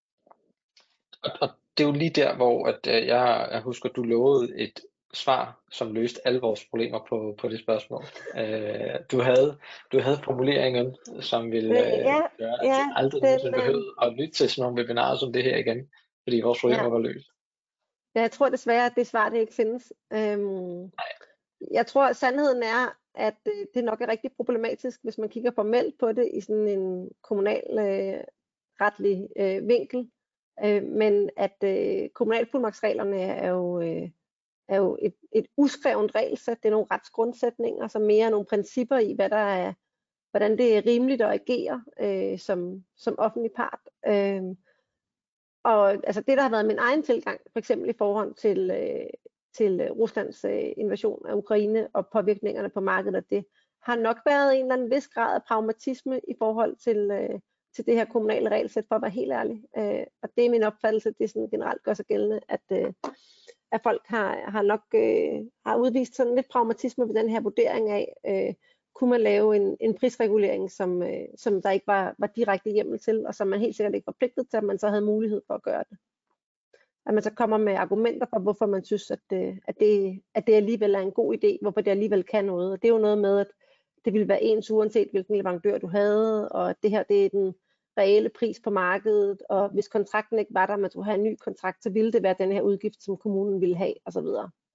Og, og det er jo lige der, hvor at, øh, jeg, jeg husker, at du lovede et svar, som løste alle vores problemer på, på det spørgsmål. Øh, du, havde, du havde formuleringen, som ville øh, ja, gøre, at ja, vi aldrig den, nogensinde øh, behøvede at lytte til sådan nogle webinarer som det her igen, fordi vores problemer ja. var løst. Ja, jeg tror desværre, at det svar det ikke findes. Øhm, jeg tror, at sandheden er, at øh, det nok er rigtig problematisk, hvis man kigger formelt på det i sådan en kommunal øh, retlig øh, vinkel. Øh, men at øh, kommunalfuldmagtsreglerne er jo, øh, er jo et, et uskrevet regelsæt. Det er nogle retsgrundsætninger, som mere er nogle principper i, hvad der er, hvordan det er rimeligt at agere øh, som, som offentlig part. Øh, og altså det, der har været min egen tilgang, for eksempel i forhold til, øh, til Ruslands øh, invasion af Ukraine og påvirkningerne på markedet af det, har nok været en eller anden vis grad af pragmatisme i forhold til, øh, til det her kommunale regelsæt, for at være helt ærlig. Øh, og det er min opfattelse, det sådan generelt gør sig gældende, at, øh, at folk har, har nok øh, har udvist sådan lidt pragmatisme ved den her vurdering af, øh, kunne man lave en, en prisregulering, som, øh, som der ikke var, var direkte hjemmel til, og som man helt sikkert ikke var pligtet til, at man så havde mulighed for at gøre det. At man så kommer med argumenter for, hvorfor man synes, at, øh, at, det, at det alligevel er en god idé, hvorfor det alligevel kan noget. Og det er jo noget med, at det ville være ens uanset hvilken leverandør du havde, og at det her det er den reelle pris på markedet, og hvis kontrakten ikke var der, man skulle have en ny kontrakt, så ville det være den her udgift, som kommunen ville have, osv.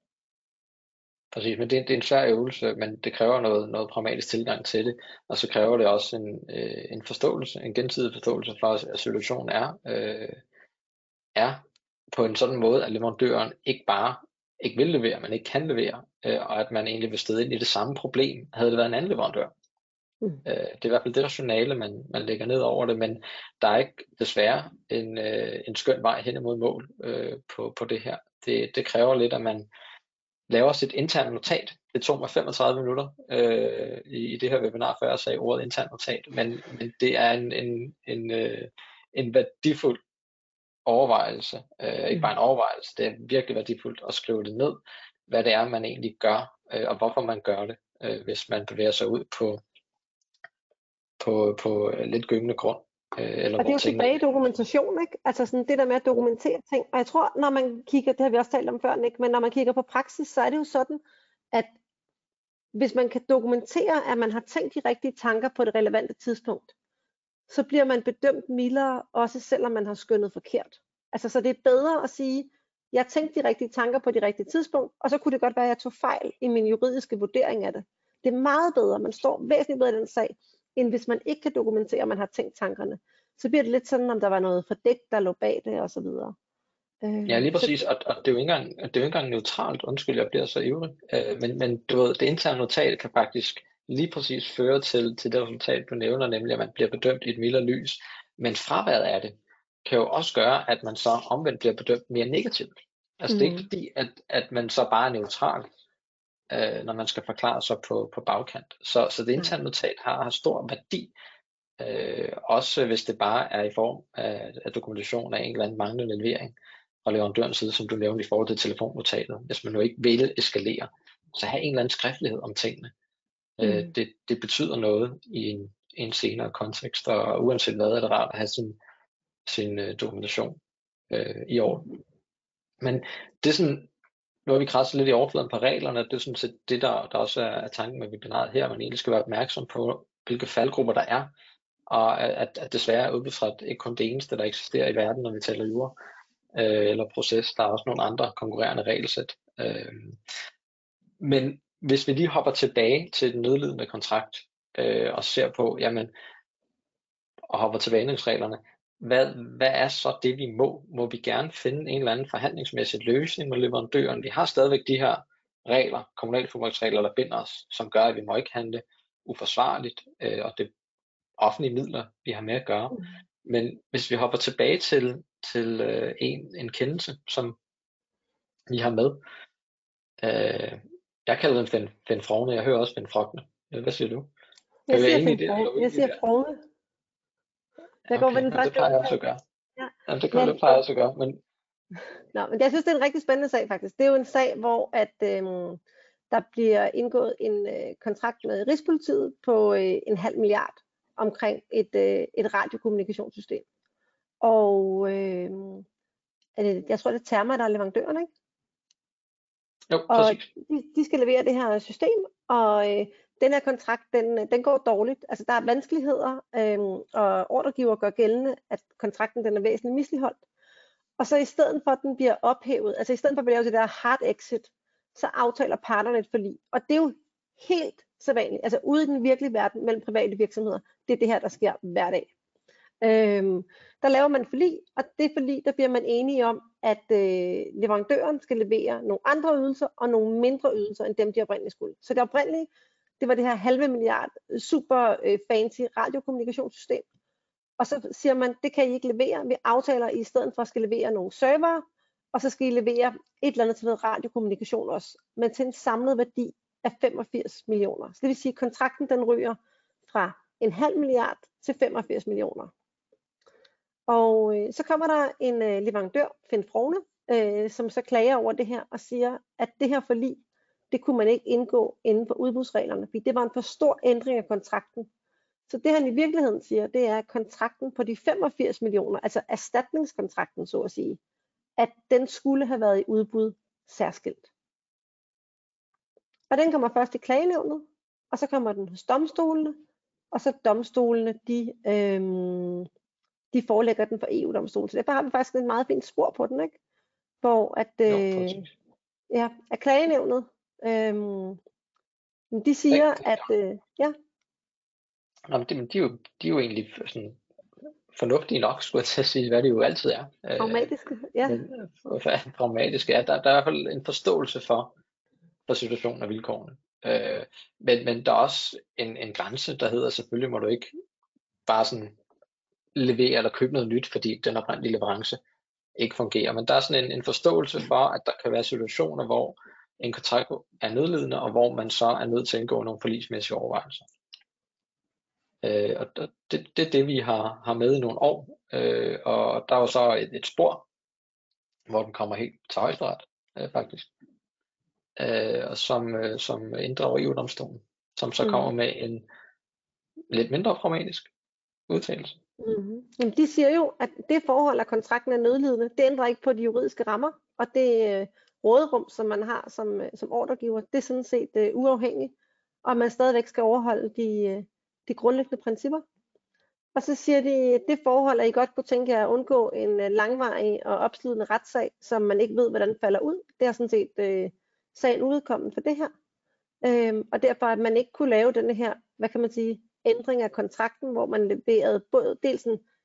Præcis, men det, det er en svær øvelse, men det kræver noget, noget pragmatisk tilgang til det, og så kræver det også en, øh, en forståelse, en gensidig forståelse for, at situationen er, øh, er på en sådan måde, at leverandøren ikke bare ikke vil levere, men ikke kan levere, øh, og at man egentlig vil støde ind i det samme problem, havde det været en anden leverandør. Mm. Øh, det er i hvert fald det rationale, man, man lægger ned over det, men der er ikke desværre en, øh, en skøn vej hen imod mål øh, på, på det her. Det, det kræver lidt, at man laver sit interne notat. Det tog mig femogtredive minutter øh, i, i det her webinar, før jeg sagde ordet intern notat, men, men det er en, en, en, øh, en værdifuld overvejelse, øh, ikke bare en overvejelse, det er virkelig værdifuldt at skrive det ned, hvad det er, man egentlig gør, øh, og hvorfor man gør det, øh, hvis man bevæger sig ud på, på, på lidt gyngende grund. Øh, eller og det er jo tingene... tilbage i dokumentation, ikke? Altså sådan det der med at dokumentere ting. Og jeg tror, når man kigger, det har vi også talt om før, ikke? Men når man kigger på praksis, så er det jo sådan, at hvis man kan dokumentere, at man har tænkt de rigtige tanker på det relevante tidspunkt, så bliver man bedømt mildere, også selvom man har skønnet forkert. Altså så det er bedre at sige, jeg tænkte de rigtige tanker på de rigtige tidspunkt, og så kunne det godt være, at jeg tog fejl i min juridiske vurdering af det. Det er meget bedre, man står væsentligt bedre i den sag, end hvis man ikke kan dokumentere, at man har tænkt tankerne. så bliver det lidt sådan, om der var noget fordækt, der lå bag det, og så videre. Øh, Ja, lige så, præcis, og, og det er jo ikke engang, det er jo ikke engang neutralt, undskyld, jeg bliver så ivrig, øh, men, men du ved, det interne notat kan faktisk lige præcis føre til, til det resultat, du nævner, nemlig at man bliver bedømt i et mildere lys, men fraværet af det kan jo også gøre, at man så omvendt bliver bedømt mere negativt. Altså mm. det er ikke fordi, at, at man så bare er neutral, øh, når man skal forklare sig på, på bagkant. Så, så det interne notat har, har stor værdi, øh, også hvis det bare er i form af, af dokumentation af en eller anden manglende levering fra leverandørens side, som du nævnte i forhold til telefonnotatet. Hvis man nu ikke vil eskalere, så have en eller anden skriftlighed om tingene. Mm. Øh, det, det betyder noget i en, en senere kontekst, og uanset hvad er det rart at have sin, sin uh, dokumentation øh, i orden. Men det er sådan, nu har vi kradset lidt i overfladen på reglerne, det er sådan set det, der, der også er, er tanken med webinaret her, man egentlig skal være opmærksom på, hvilke faldgrupper der er, og at, at desværre er udbetræt ikke kun det eneste, der eksisterer i verden, når vi taler jura øh, eller proces, der er også nogle andre konkurrerende regelsæt. Øh, men hvis vi lige hopper tilbage til den nødlidende kontrakt, øh, og ser på, jamen, og hopper til vandringsreglerne, hvad, hvad er så det, vi må? Må vi gerne finde en eller anden forhandlingsmæssig løsning med leverandøren? Vi har stadigvæk de her regler, kommunalfuldmagtsregler, der binder os, som gør, at vi må ikke handle uforsvarligt, øh, og det er offentlige midler, vi har med at gøre. Mm. Men hvis vi hopper tilbage til, til øh, en, en kendelse, som vi har med, øh, jeg kalder den Finn, Finn Frogne, jeg hører også Finn Frogne. Hvad siger du? Jeg siger Finn Frogne. Jeg siger Frogne. Jeg går okay, med den første. Det plejer jeg også at gøre. Ja. Jamen, det, gør, det plejer jeg også at gøre. Men... Nå, men jeg synes, det er en rigtig spændende sag faktisk. Det er jo en sag, hvor at, øhm, der bliver indgået en øh, kontrakt med Rigspolitiet på øh, en halv milliard omkring et, øh, et radiokommunikationssystem. Og øh, jeg tror, det er Therma, der er leverandøren, ikke? Jo, præcis. Og de, de skal levere det her system, og øh, den her kontrakt, den, den går dårligt. Altså der er vanskeligheder, øh, og ordregiver gør gældende, at kontrakten den er væsentligt misligholdt. Og så i stedet for, at den bliver ophævet, altså i stedet for at lave det der hard exit, så aftaler parterne et forlig. Og det er jo helt sædvanligt, altså ude i den virkelige verden mellem private virksomheder, det er det her, der sker hver dag. Øhm, der laver man forlig, og det forlig, der bliver man enige om, at øh, leverandøren skal levere nogle andre ydelser, og nogle mindre ydelser, end dem de oprindeligt skulle. Så det oprindelige, det var det her halve milliard, super øh, fancy radiokommunikationssystem. Og så siger man, det kan I ikke levere. Vi aftaler, I stedet for skal levere nogle server, og så skal I levere et eller andet til noget radiokommunikation også, men til en samlet værdi af femogfirs millioner. Så det vil sige, at kontrakten den ryger fra en halv milliard til femogfirs millioner. Og øh, så kommer der en øh, leverandør, Finn Frogne, øh, som så klager over det her og siger, at det her forlig, det kunne man ikke indgå inden for udbudsreglerne, fordi det var en for stor ændring af kontrakten. Så det han i virkeligheden siger, det er, at kontrakten på de femogfirs millioner, altså erstatningskontrakten så at sige, at den skulle have været i udbud særskilt. Og den kommer først i klagenævnet, og så kommer den hos domstolene, og så domstolene, de, øhm, de forelægger den for E U-domstolen. Så derfor har vi faktisk et meget fint spor på den, ikke? Hvor at, øh, jo, ja, at klagenævnet, øhm, de siger, at øh, ja. Nå, men de, de, er jo, de er jo egentlig sådan fornuftige nok, skulle jeg til at sige, hvad det jo altid er. Pragmatiske, ja. Men, pragmatiske, ja. Der, der er i hvert fald en forståelse for, for situationen og vilkårene. Øh, men, men der er også en, en grænse, der hedder, selvfølgelig må du ikke bare sådan levere eller købe noget nyt, fordi den oprindelige leverance ikke fungerer. Men der er sådan en, en forståelse for, at der kan være situationer, hvor en kontrakt er nødlidende, og hvor man så er nødt til at indgå nogle forligsmæssige overvejelser. Øh, og det, det er det, vi har, har med i nogle år, øh, og der er jo så et, et spor, hvor den kommer helt til højesteret, øh, faktisk, øh, og som, øh, som inddrager E U-domstolen, som så kommer mm. med en lidt mindre pragmatisk udtalelse. Mm-hmm. Jamen, de siger jo, at det forhold, at kontrakten er nødlidende, det ændrer ikke på de juridiske rammer, og det øh, råderum, som man har som, som ordregiver, det er sådan set øh, uafhængigt, og man stadigvæk skal overholde de, øh, de grundlæggende principper. Og så siger de, at det forhold, at I godt kunne tænke jer at undgå en øh, langvarig og opslidende retssag, som man ikke ved, hvordan falder ud, det er sådan set øh, sagen udkommen for det her. Øhm, og derfor, at man ikke kunne lave denne her, hvad kan man sige, ændring af kontrakten, hvor man leverede både dels en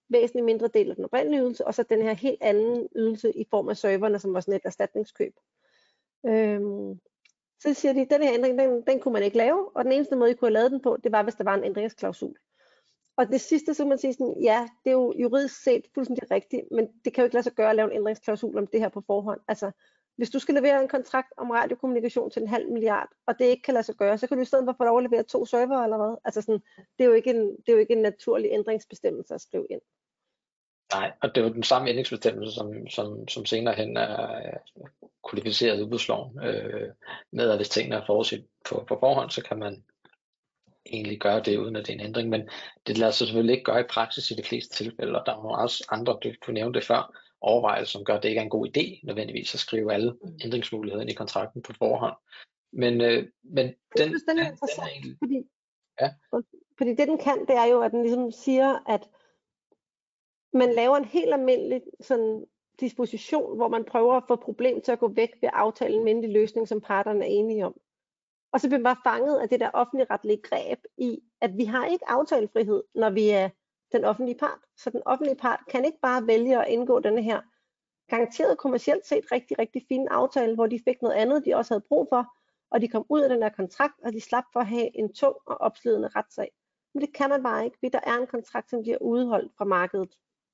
væsentligt mindre del af den oprindelige ydelse, og så den her helt anden ydelse i form af serverne, som var sådan et erstatningskøb. Øhm, så siger de, at den her ændring, den, den kunne man ikke lave, og den eneste måde, I kunne have lavet den på, det var, hvis der var en ændringsklausul. Og det sidste, så kan man sige sådan, ja, det er jo juridisk set fuldstændig rigtigt, men det kan jo ikke lade sig gøre at lave en ændringsklausul om det her på forhånd. Altså, hvis du skal levere en kontrakt om radiokommunikation til en halv milliard, og det ikke kan lade sig gøre, så kan du i stedet for få lov at levere to server eller hvad. Altså sådan, det er jo ikke en, det er jo ikke en naturlig ændringsbestemmelse at skrive ind. Nej, og det er jo den samme ændringsbestemmelse, som, som, som senere hen er kodificeret i udbudsloven, øh, med at hvis tingene er forudset på, på forhånd, så kan man egentlig gøre det, uden at det er en ændring, men det lader sig selvfølgelig ikke gøre i praksis i de fleste tilfælde, og der er jo også andre, du, du nævnte det før, overvejelser, som gør, at det ikke er en god idé nødvendigvis at skrive alle ændringsmuligheder ind i kontrakten på forhånd. Men, øh, men den, synes, den er den, interessant, den er egentlig... fordi, ja. fordi det den kan, det er jo, at den ligesom siger, at man laver en helt almindelig sådan, disposition, hvor man prøver at få problem til at gå væk ved at aftale en mindelig løsning, som parterne er enige om. Og så bliver man bare fanget af det der offentlige retlige greb i, at vi har ikke aftalefrihed, når vi er den offentlige part. Så den offentlige part kan ikke bare vælge at indgå denne her garanteret kommercielt set rigtig, rigtig fine aftale, hvor de fik noget andet, de også havde brug for, og de kom ud af den der kontrakt, og de slap for at have en tung og opslidende retssag. Men det kan man bare ikke, fordi der er en kontrakt, som bliver udholdt fra markedet.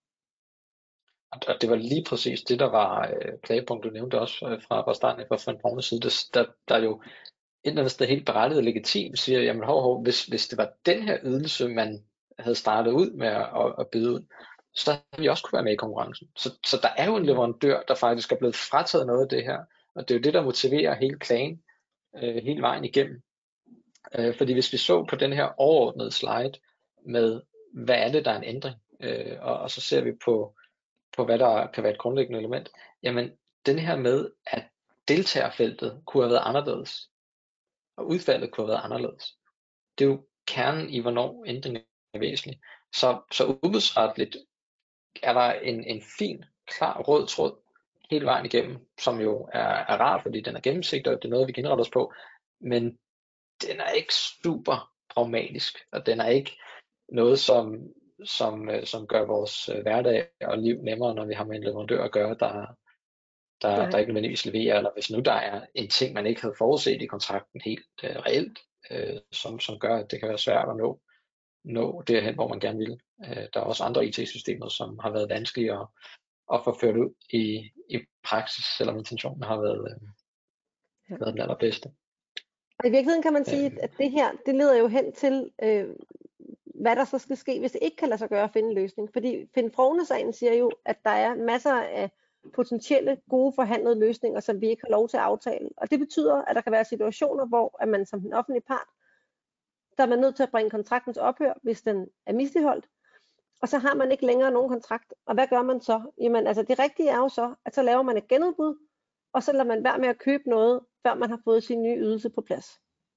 Og det var lige præcis det, der var øh, klagepunkt, du nævnte også øh, fra, fra starten fra en Brownes side, der, der, der jo et eller andet sted helt berettiget og legitimt siger, jamen hov, hov, hvis, hvis det var den her ydelse, man havde startet ud med at, at, at byde ud, så havde vi også kunne være med i konkurrencen. Så, så der er jo en leverandør, der faktisk er blevet frataget noget af det her, og det er jo det, der motiverer hele klagen øh, hele vejen igennem. Øh, fordi hvis vi så på den her overordnede slide med, hvad er det, der er en ændring, øh, og, og så ser vi på på hvad der kan være et grundlæggende element, jamen den her med, at deltagerfeltet kunne have været anderledes, og udfaldet kunne have været anderledes. Det er jo kernen i, hvornår ændringen er væsentlig. Så, så udbudsretligt er der en, en fin, klar rød tråd hele vejen igennem, som jo er, er rar, fordi den er gennemsigtig, og det er noget, vi kan indrette os på, men den er ikke super pragmatisk, og den er ikke noget, som Som, som gør vores hverdag og liv nemmere, når vi har med en leverandør at gøre, der, der, der ikke nødvendigvis leverer, eller hvis nu der er en ting, man ikke havde forudset i kontrakten helt uh, reelt, uh, som, som gør, at det kan være svært at nå, nå derhen, hvor man gerne vil. Uh, der er også andre I T-systemer, som har været vanskelige at, at få ført ud i, i praksis, selvom intentionen har været, uh, ja. været den allerbedste. Og i virkeligheden kan man sige, uh, at det her, det leder jo hen til, øh, hvad der så skal ske, hvis det ikke kan lade sig gøre at finde en løsning. Fordi Finn Frogner-sagen siger jo, at der er masser af potentielle gode forhandlede løsninger, som vi ikke har lov til at aftale. Og det betyder, at der kan være situationer, hvor at man som den offentlige part, der er man nødt til at bringe kontraktens ophør, hvis den er misligholdt. Og så har man ikke længere nogen kontrakt. Og hvad gør man så? Jamen altså det rigtige er jo så, at så laver man et genudbud, og så lader man være med at købe noget, før man har fået sin nye ydelse på plads.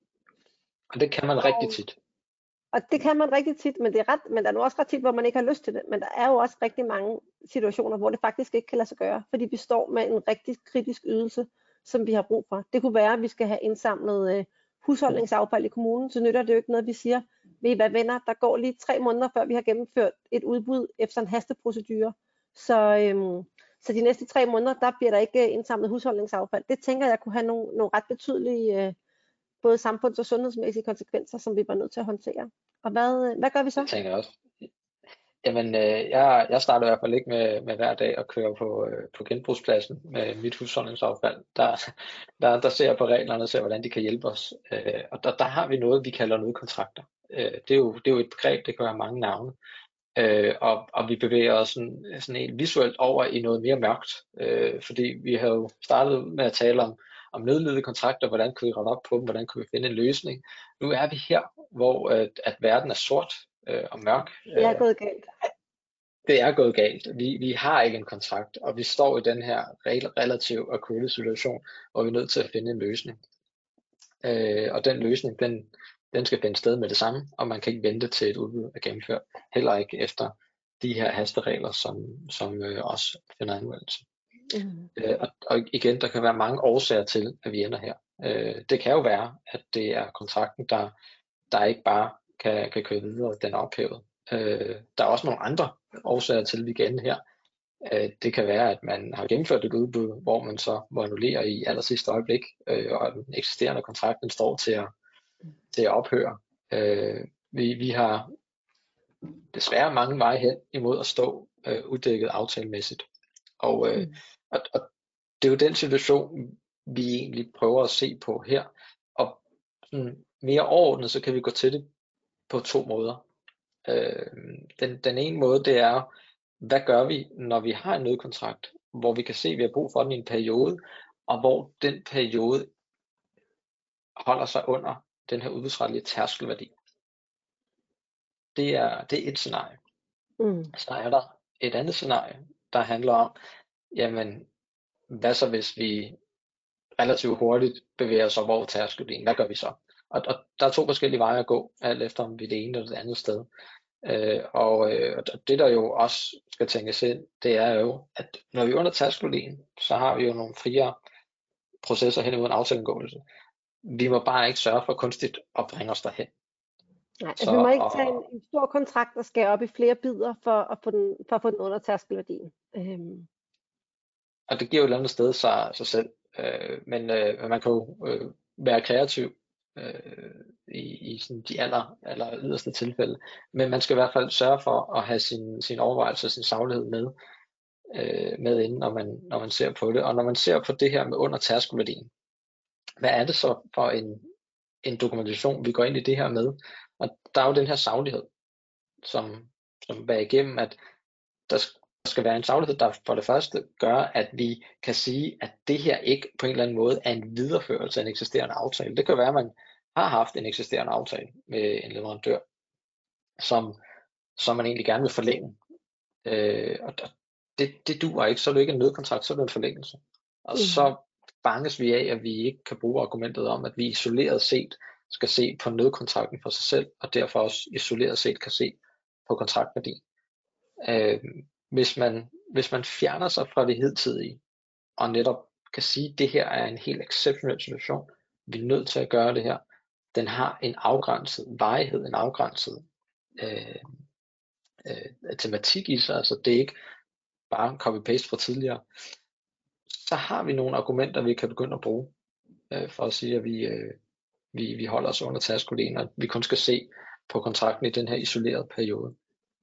Og det kan man og... rigtig tit. Og det kan man rigtig tit, men, det er ret, men der er nu også ret tit, hvor man ikke har lyst til det. Men der er jo også rigtig mange situationer, hvor det faktisk ikke kan lade sig gøre, fordi vi står med en rigtig kritisk ydelse, som vi har brug for. Det kunne være, at vi skal have indsamlet øh, husholdningsaffald i kommunen, så nytter det jo ikke noget, vi siger, ved I hvad venner, der går lige tre måneder, før vi har gennemført et udbud efter en hasteprocedure. Så, øhm, så de næste tre måneder, der bliver der ikke indsamlet husholdningsaffald. Det tænker jeg kunne have nogle, nogle ret betydelige øh, både samfunds- og sundhedsmæssige konsekvenser, som vi var nødt til at håndtere. Og hvad, hvad gør vi så? Det tænker jeg også. Jamen, øh, jeg, jeg starter i hvert fald ikke med, med hver dag at køre på, øh, på genbrugspladsen med mit husholdningsaffald. Der, der, der ser jeg på reglerne og ser, hvordan de kan hjælpe os. Øh, og der, der har vi noget, vi kalder nødkontrakter. Øh, det, er jo, det er jo et begreb, det kan have mange navne. Øh, og, og vi bevæger os sådan, sådan helt visuelt over i noget mere mørkt. Øh, fordi vi har jo startet med at tale om om nødlidende kontrakter, hvordan kan vi rette op på dem, hvordan kan vi finde en løsning. Nu er vi her, hvor øh, at verden er sort øh, og mørk. Det er gået galt. Det er gået galt. Vi, vi har ikke en kontrakt, og vi står i den her relativt akutte situation, hvor vi er nødt til at finde en løsning. Øh, og den løsning, den, den skal finde sted med det samme, og man kan ikke vente til et udbud er gennemført. Heller ikke efter de her hasteregler, som, som øh, også finder anvendelse. Mm. Øh, og, og igen, der kan være mange årsager til, at vi ender her. Øh, det kan jo være, at det er kontrakten, der, der ikke bare kan, kan køre videre, den er ophævet. Øh, der er også nogle andre årsager til, at vi kan ende her. Øh, det kan være, at man har gennemført et udbud, hvor man så må annullere i aller sidste øjeblik, øh, og den eksisterende kontrakt den står til at, til at ophøre. Øh, vi, vi har desværre mange veje hen imod at stå øh, uddækket aftalemæssigt. Og, øh, Mm. og, og det er jo den situation, vi egentlig prøver at se på her. Og sådan mere overordnet, så kan vi gå til det på to måder. Øh, den, den ene måde, det er, hvad gør vi, når vi har en nødkontrakt, hvor vi kan se, at vi har brug for den i en periode, og hvor den periode holder sig under den her udbudsretlige tærskelværdi. Det er, det er et scenarie. Mm. Så er der et andet scenarie, der handler om, jamen, hvad så hvis vi relativt hurtigt bevæger os op over tærskelværdien? Hvad gør vi så? Og, og der er to forskellige veje at gå, alt efter om vi er det ene eller det andet sted. Øh, og, øh, og det der jo også skal tænkes ind, det er jo, at når vi er under tærskelværdien, så har vi jo nogle friere processer hen imod en aftaleindgåelse. Vi må bare ikke sørge for kunstigt at bringe os derhen. Nej, altså Så, vi må ikke og, tage en, en stor kontrakt og skære op i flere bidder for at få den, for at få den under tærskelværdien. Øhm. og det giver jo et eller andet sted sig, sig selv. Øh, men øh, man kan jo øh, være kreativ øh, i, i sådan de aller, aller yderste tilfælde. Men man skal i hvert fald sørge for at have sin, sin overvejelse og sin saglighed med, øh, med inden, når man, når man ser på det. Og når man ser på det her med under tærskelværdien, hvad er det så for en, en dokumentation, vi går ind i det her med? Og der er jo den her saglighed, som, som bærer igennem, at der skal være en saglighed, der for det første gør, at vi kan sige, at det her ikke på en eller anden måde er en videreførelse af en eksisterende aftale. Det kan være, at man har haft en eksisterende aftale med en leverandør, som, som man egentlig gerne vil forlænge. Øh, og det, det duer ikke, så er det ikke en nødkontrakt, så er det en forlængelse. Og Mm. så banges vi af, at vi ikke kan bruge argumentet om, at vi isoleret set skal se på nødkontrakten for sig selv, og derfor også isoleret set kan se på kontraktværdien. Øh, hvis, man, hvis man fjerner sig fra det hidtidige, og netop kan sige, at det her er en helt exceptionel situation, vi er nødt til at gøre det her, den har en afgrænset varighed, en afgrænset øh, øh, tematik i sig, altså det er ikke bare copy-paste fra tidligere, så har vi nogle argumenter, vi kan begynde at bruge, øh, for at sige, at vi, øh, vi, vi holder os under tærskelværdien, og vi kun skal se på kontrakten i den her isolerede periode.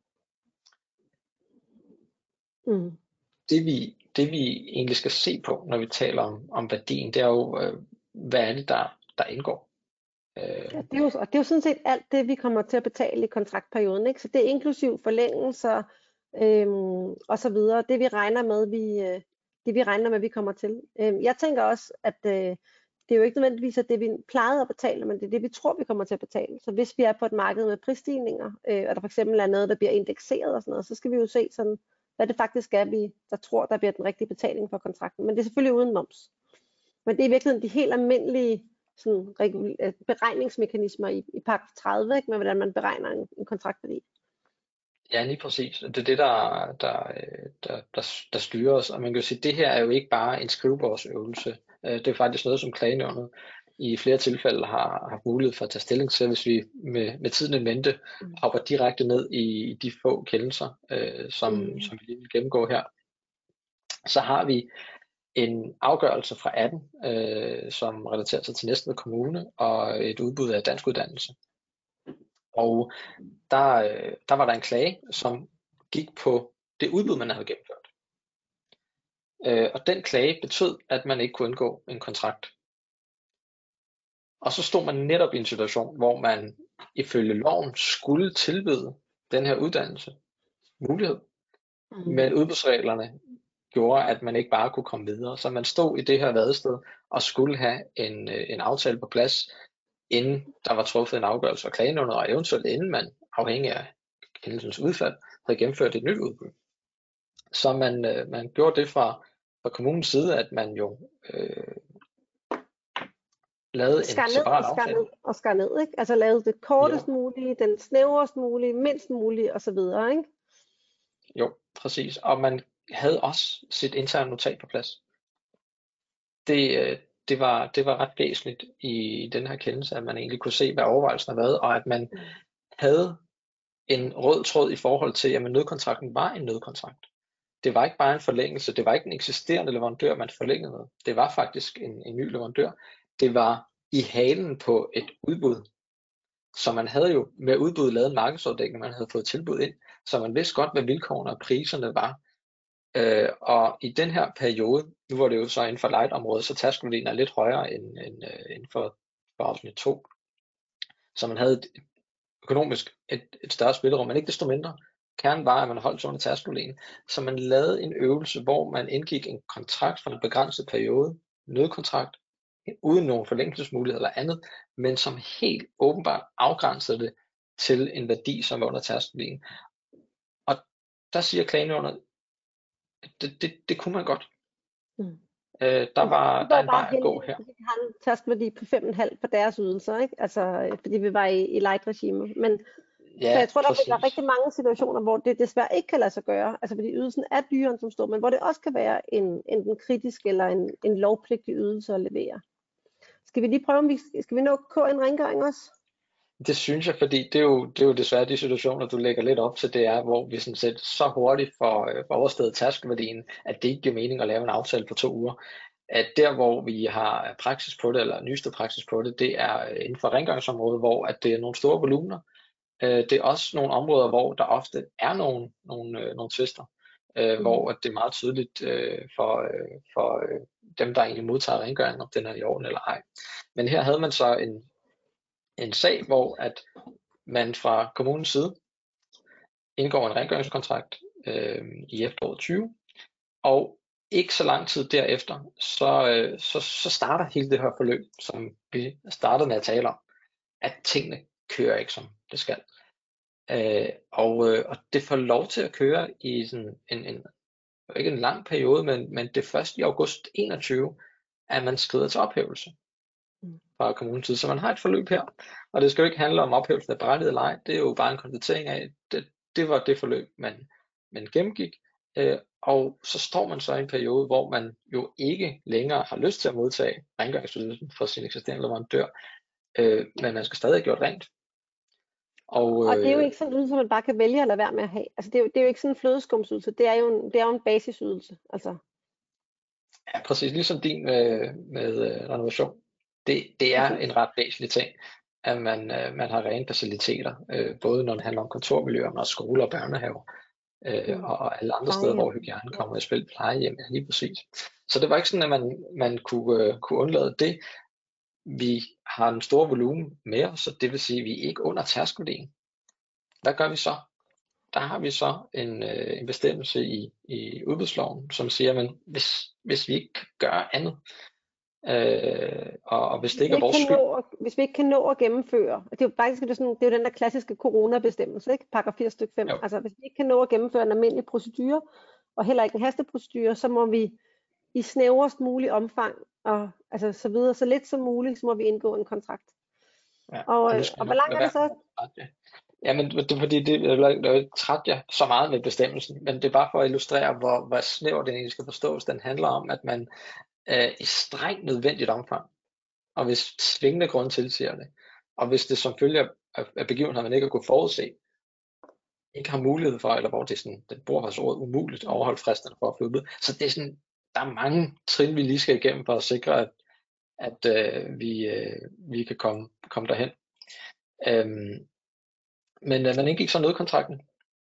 Mm. Det vi, det vi egentlig skal se på, når vi taler om, om værdien, det er jo, øh, hvad er det, der, der indgår. Øh, Ja, det er jo, og det er jo sådan set alt det, vi kommer til at betale i kontraktperioden, ikke? Så det er inklusiv forlængelser øhm, og så videre. Det vi regner med, vi, øh, det vi regner med, vi kommer til. Øhm, jeg tænker også, at øh, det er jo ikke nødvendigvis at det, vi plejede at betale, men det er det, vi tror, vi kommer til at betale. Så hvis vi er på et marked med prisstigninger, øh, og der for eksempel er noget, der bliver indekseret og sådan noget, så skal vi jo se sådan, hvad det faktisk er, vi der tror, der bliver den rigtige betaling for kontrakten. Men det er selvfølgelig uden moms. Men det er i virkeligheden de helt almindelige sådan, beregningsmekanismer i, i pakke tredive, ikke, med hvordan man beregner en, en kontraktværdi. Ja, lige præcis. Det er det, der, der, der, der, der styrer os. Og man kan jo sige, at det her er jo ikke bare en skrivebordsøvelse. Det er faktisk noget, som klagenævnet i flere tilfælde har haft mulighed for at tage stilling til, hvis vi med, med tiden i mente hopper direkte ned i de få kendelser, øh, som, mm. som vi lige vil gennemgå her. Så har vi en afgørelse fra atten, øh, som relaterer sig til Næstved Kommune, og et udbud af dansk uddannelse. Og der, øh, der var der en klage, som gik på det udbud, man havde gennemført. Øh, og den klage betød, at man ikke kunne indgå en kontrakt. Og så stod man netop i en situation, hvor man ifølge loven skulle tilbyde den her uddannelse mulighed. Mm. Men udbudsreglerne gjorde, at man ikke bare kunne komme videre. Så man stod i det her vadested og skulle have en, en aftale på plads, inden der var truffet en afgørelse af klagenævnet, og eventuelt inden man, afhængig af kendelsens udfald, havde gennemført et nyt udbud. Så man, man gjorde det fra, fra kommunens side, at man jo øh, lavede skar en ned, separat og skar aftale. ned og skar ned, ikke? Altså lavede det kortest Jo. mulige, den snævrest mulige, mindst mulige osv., ikke? Jo, præcis. Og man havde også sit interne notat på plads. Det, det, var, det var ret væsentligt i den her kendelse, at man egentlig kunne se, hvad overvejelsen har været, og at man havde en rød tråd i forhold til, at nødkontrakten var en nødkontrakt. Det var ikke bare en forlængelse, det var ikke en eksisterende leverandør, man forlængede med. Det var faktisk en, en ny leverandør. Det var i halen på et udbud. Så man havde jo med udbuddet lavet en markedsopdækning, man havde fået tilbud ind, så man vidste godt, hvad vilkårene og priserne var. Øh, og i den her periode, nu var det jo så inden for light-området, så tærskelværdien er lidt højere end, end, uh, inden for, for afsnit to. Så man havde et, økonomisk et, et større spillerum, men ikke desto mindre. Kernen var, at man holdt sig under tærskelværdien. Så man lavede en øvelse, hvor man indgik en kontrakt for en begrænset periode, nødkontrakt, uden nogen forlængelsesmulighed eller andet, men som helt åbenbart afgrænsede det til en værdi, som var under tærskelværdien. Og der siger klagenævnet, det, det, det kunne man godt. Mm. Øh, der var, der er en vej at gå her. Vi har en tærskelværdi på fem komma fem på deres ydelser, ikke? Altså, fordi vi var i, i light-regimet. Men ja, så jeg tror, der præcis. er rigtig mange situationer, hvor det desværre ikke kan lade sig gøre. Altså, fordi ydelsen er dyrere, som står, men hvor det også kan være en enten kritisk eller en, en lovpligtig ydelse at levere. Skal vi lige prøve, om vi skal vi nå K en rengøring også? Det synes jeg, fordi det er, jo, det er jo desværre de situationer, du lægger lidt op til, det er, hvor vi sådan set så hurtigt får, øh, får oversteget tærskelværdien, at det ikke giver mening at lave en aftale på to uger. At der, hvor vi har praksis på det, eller nyeste praksis på det, det er inden for rengøringsområdet, hvor at det er nogle store volumener. Øh, det er også nogle områder, hvor der ofte er nogle, nogle, øh, nogle tvister, øh, mm. hvor at det er meget tydeligt øh, for, øh, for øh, dem, der egentlig modtager rengøring, om den er i orden eller ej. Men her havde man så en en sag, hvor at man fra kommunens side indgår en rengøringskontrakt øh, i efteråret tyve, og ikke så lang tid derefter, så, øh, så, så starter hele det her forløb, som vi startede med at tale om, at tingene kører ikke som det skal. Øh, og, øh, og det får lov til at køre i sådan en, en ikke en lang periode, men, men det først i august enogtyve, at man skrider til ophævelse fra kommunens side. Så man har et forløb her, og det skal jo ikke handle om ophævelsen af berettiget eller ej, det er jo bare en konstatering af, det, det var det forløb, man, man gennemgik, øh, og så står man så i en periode, hvor man jo ikke længere har lyst til at modtage rengøringsydelsen fra sin eksisterende leverandør, øh, men man skal stadig have gjort rent. Og, øh, og det er jo ikke sådan en ydelse, som man bare kan vælge at lade være med at have. Altså det er jo, det er jo ikke sådan en flødeskumsydelse, det er jo en, det er jo en basisydelse. Altså. Ja, præcis, ligesom din med, med øh, renovation. Det, det er en ret væsentlig ting, at man, øh, man har rene faciliteter, øh, både når det handler om kontormiljøer, men også skoler og børnehaver, øh, mm. og alle andre steder, hvor hygiejnen kommer i spil, plejehjem, ja, lige præcis. Så det var ikke sådan, at man, man kunne, øh, kunne undlade det. Vi har en stor volumen med os, så det vil sige, at vi er ikke under tærskelværdien. Hvad gør vi så? Der har vi så en, øh, en bestemmelse i, i udbudsloven, som siger, at hvis, hvis vi ikke kan gøre andet, Øh, og, og hvis det ikke er vores skyld. At, hvis vi ikke kan nå at gennemføre, det er jo faktisk det er, sådan, det er jo den der klassiske coronabestemmelse, ikke? Paragraf firs stykke fem. Altså hvis vi ikke kan nå at gennemføre en almindelig procedure, og heller ikke en hasteprocedure, så må vi i snævrest mulig omfang, og altså så videre, så lidt som muligt, så må vi indgå en kontrakt. Ja, og, og, og hvor langt er det så? Ja, men det er fordi, det er jo træt jeg så meget med bestemmelsen, men det er bare for at illustrere, hvor, hvor snævert den egentlig skal forstås. Den handler om, at man øh, i strengt nødvendigt omfang, og hvis svingende grund tilsiger det, og hvis det som følge af, af begivenheder, man ikke har kunnet forudse, ikke har mulighed for, eller hvor det er sådan, den bruger faktisk ordet umuligt at overholde fristerne for at få udbud. Så det er sådan, der er mange trin, vi lige skal igennem for at sikre, at, at øh, vi, øh, vi kan komme, komme derhen. Øhm, men øh, man indgik så nødkontrakten,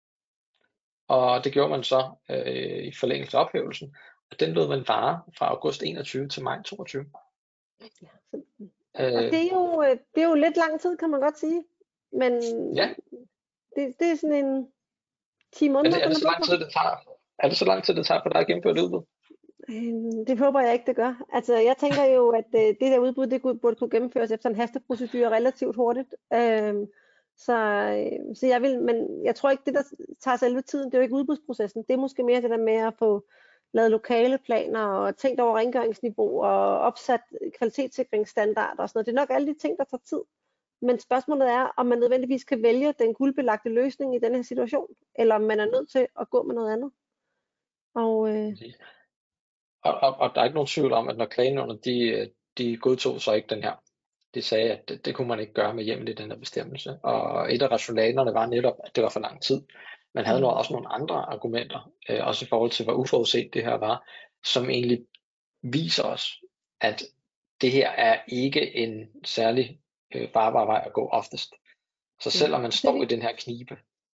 og det gjorde man så øh, i forlængelse af ophævelsen, og den lod man vare fra august enogtyve til maj toogtyve. Ja, og det er, jo, det er jo lidt lang tid, kan man godt sige, men ja. det, det er sådan en ti måneder. Er det, er, det så lang tid, det tager, er det så lang tid, det tager for dig at gennemføre et udbud? Det håber jeg ikke, det gør. Altså, jeg tænker jo, at det der udbud, det burde kunne gennemføres efter en hasteprocedure relativt hurtigt. Så, så jeg vil, men jeg tror ikke, det der tager selve tiden, det er jo ikke udbudsprocessen. Det er måske mere det der med at få lavet lokale planer og tænkt over rengøringsniveau og opsat kvalitetssikringsstandarder og sådan noget. Det er nok alle de ting, der tager tid. Men spørgsmålet er, om man nødvendigvis kan vælge den guldbelagte løsning i den her situation, eller om man er nødt til at gå med noget andet. Og, øh... og, og, og der er ikke nogen tvivl om, at når klagenævnet, de, de godtog så ikke den her de sagde, at det, det kunne man ikke gøre med hjemmel i den her bestemmelse. Og et af rationalerne var netop, at det var for lang tid. Man havde nu også nogle andre argumenter, øh, også i forhold til, hvor uforudset det her var, som egentlig viser os, at det her er ikke en særlig øh, farbar vej at gå oftest. Så selvom man står i den her knibe.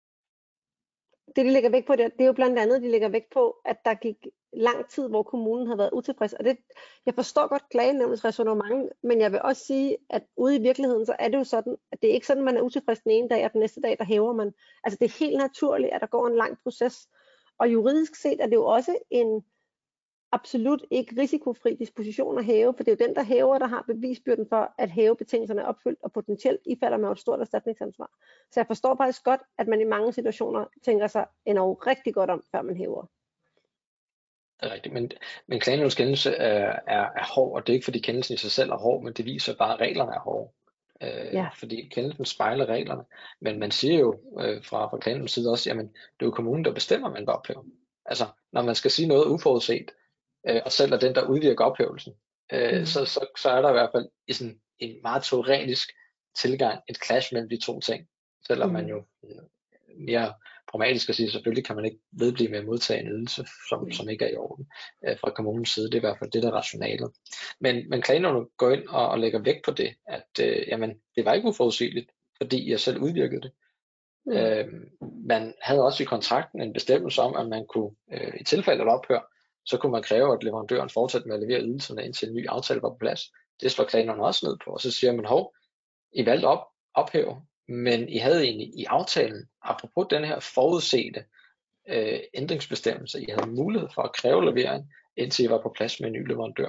Det, de lægger vægt på, det, det er jo blandt andet, de lægger vægt på, at der gik lang tid, hvor kommunen havde været utilfreds. Og det, jeg forstår godt klagenævnets ræsonnement, men jeg vil også sige, at ude i virkeligheden, så er det jo sådan, at det er ikke sådan, at man er utilfreds den ene dag, og den næste dag, der hæver man. Altså det er helt naturligt, at der går en lang proces. Og juridisk set er det jo også en absolut ikke risikofri disposition at hæve, for det er jo den, der hæver, der har bevisbyrden for, at hævebetingelserne er opfyldt, og potentielt ifalder med et stort erstatningsansvar. Så jeg forstår faktisk godt, at man i mange situationer tænker sig endnu rigtig godt om, før man hæver. Det er rigtigt, men, men klagenævnets kendelse er, er, er hård, og det er ikke fordi kendelsen i sig selv er hård, men det viser bare, at reglerne er hårde. Øh, ja. Fordi kendelsen spejler reglerne. Men man siger jo øh, fra, fra klagenævnets side også, jamen det er jo kommunen, der bestemmer, man vil ophæve. Altså når man skal sige noget uforudset, øh, og selv er den, der udvirker ophævelsen, øh, mm. så, så, så er der i hvert fald i sådan en meget teoretisk tilgang et clash mellem de to ting. Selvom mm. man jo mere pragmatisk at sige, selvfølgelig kan man ikke vedblive med at modtage en ydelse, som, som ikke er i orden øh, fra kommunens side. Det er i hvert fald det, der er rationalet. Men, men klagenævnet går ind og, og lægger vægt på det, at øh, jamen, det var ikke uforudsigeligt, fordi jeg selv udvirkede det. Mm. Øh, man havde også i kontrakten en bestemmelse om, at man kunne, øh, i tilfælde af ophør, så kunne man kræve, at leverandøren fortsætter med at levere ydelserne, indtil en ny aftale var på plads. Det slår klagenævnet også ned på, og så siger man, hov, I valgte op, ophæve, men I havde egentlig i aftalen, apropos den her forudsete øh, ændringsbestemmelse, I havde mulighed for at kræve levering, indtil I var på plads med en ny leverandør.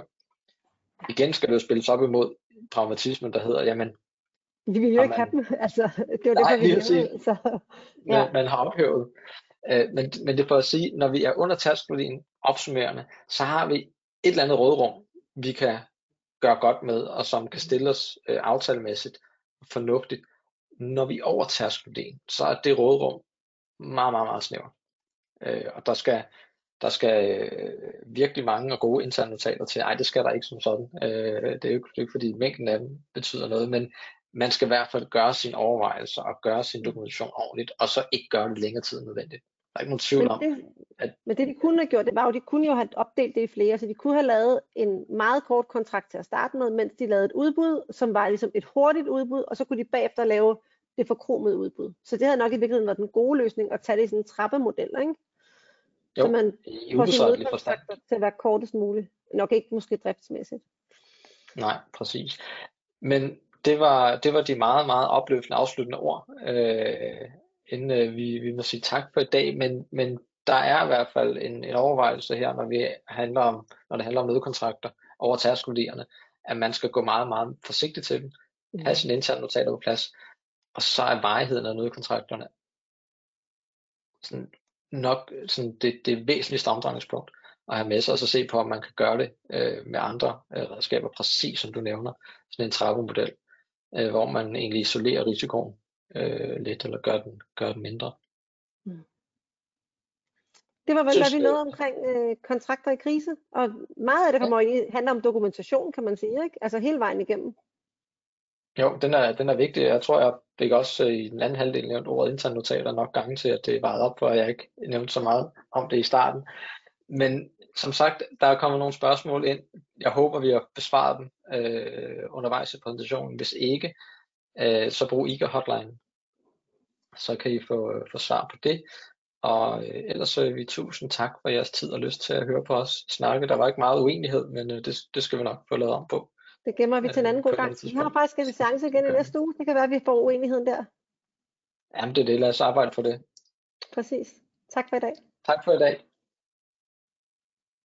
Igen skal det jo spilles op imod pragmatismen, der hedder, jamen... Vi vil jo ikke man, have dem, altså, det var nej, det, vi ville, så... Ja. Man, man har ophævet. Øh, men, men det er for at sige, når vi er under tærskelværdien opsummerende, så har vi et eller andet rådrum, vi kan gøre godt med, og som kan stille os øh, aftalemæssigt fornuftigt. Når vi er over tærskelværdien, så er det rådrum meget, meget, meget snævert. Øh, og der skal, der skal øh, virkelig mange og gode interne notater til. Ej, det skal der ikke som sådan. Øh, det er jo ikke fordi mængden af dem betyder noget, men man skal i hvert fald gøre sine overvejelser og gøre sin dokumentation ordentligt, og så ikke gøre det længere tid nødvendigt. Der er ikke nogen tvivl om. Men det, at... men det de kunne have gjort, det var jo, de kunne jo have opdelt det i flere, så de kunne have lavet en meget kort kontrakt til at starte med, mens de lavede et udbud, som var ligesom et hurtigt udbud, og så kunne de bagefter lave det forkromede udbud. Så det havde nok i virkeligheden været den gode løsning at tage det i sådan en trappemodel, ikke? Jo, så man i får sine udbudretlig forstand. Til at være kortest muligt. Nok ikke måske driftsmæssigt. Nej, præcis. Men det var, det var de meget, meget opløftende afsluttende ord, øh, inden øh, vi, vi må sige tak for i dag, men, men der er i hvert fald en, en overvejelse her, når, vi handler om, når det handler om nødkontrakter over tærskelværdierne, at man skal gå meget, meget forsigtigt til dem, mm. have sine interne notater på plads, og så er varigheden af nødkontrakterne sådan nok sådan det, det væsentligste omdrejningspunkt at have med sig, og så se på, om man kan gøre det øh, med andre øh, redskaber, præcis som du nævner, sådan en trappemodel, øh, hvor man egentlig isolerer risikoen øh, lidt, eller gør den, gør den mindre. Mm. Det var vel, hvad vi nåede omkring øh, kontrakter i krise, og meget af det kommer ja. handler om dokumentation, kan man sige, ikke? Altså hele vejen igennem. Jo, den er, den er vigtig. Jeg tror, jeg fik også i den anden halvdel nævnt ordet interne notater nok gange til, at det vejede op, for jeg ikke nævnte så meget om det i starten. Men som sagt, der er kommet nogle spørgsmål ind. Jeg håber, vi har besvaret dem øh, undervejs i præsentationen. Hvis ikke, øh, så brug I G A hotline. Så kan I få, få svar på det. Og øh, ellers så er vi tusind tak for jeres tid og lyst til at høre på os snakke. Der var ikke meget uenighed, men øh, det, det skal vi nok få lavet om på. Det gemmer vi til en anden god gang. Vi har faktisk en seance igen i næste uge. Det kan være, at vi får uenigheden der. Jamen det er det. Lad os arbejde for det. Præcis. Tak for i dag. Tak for i dag.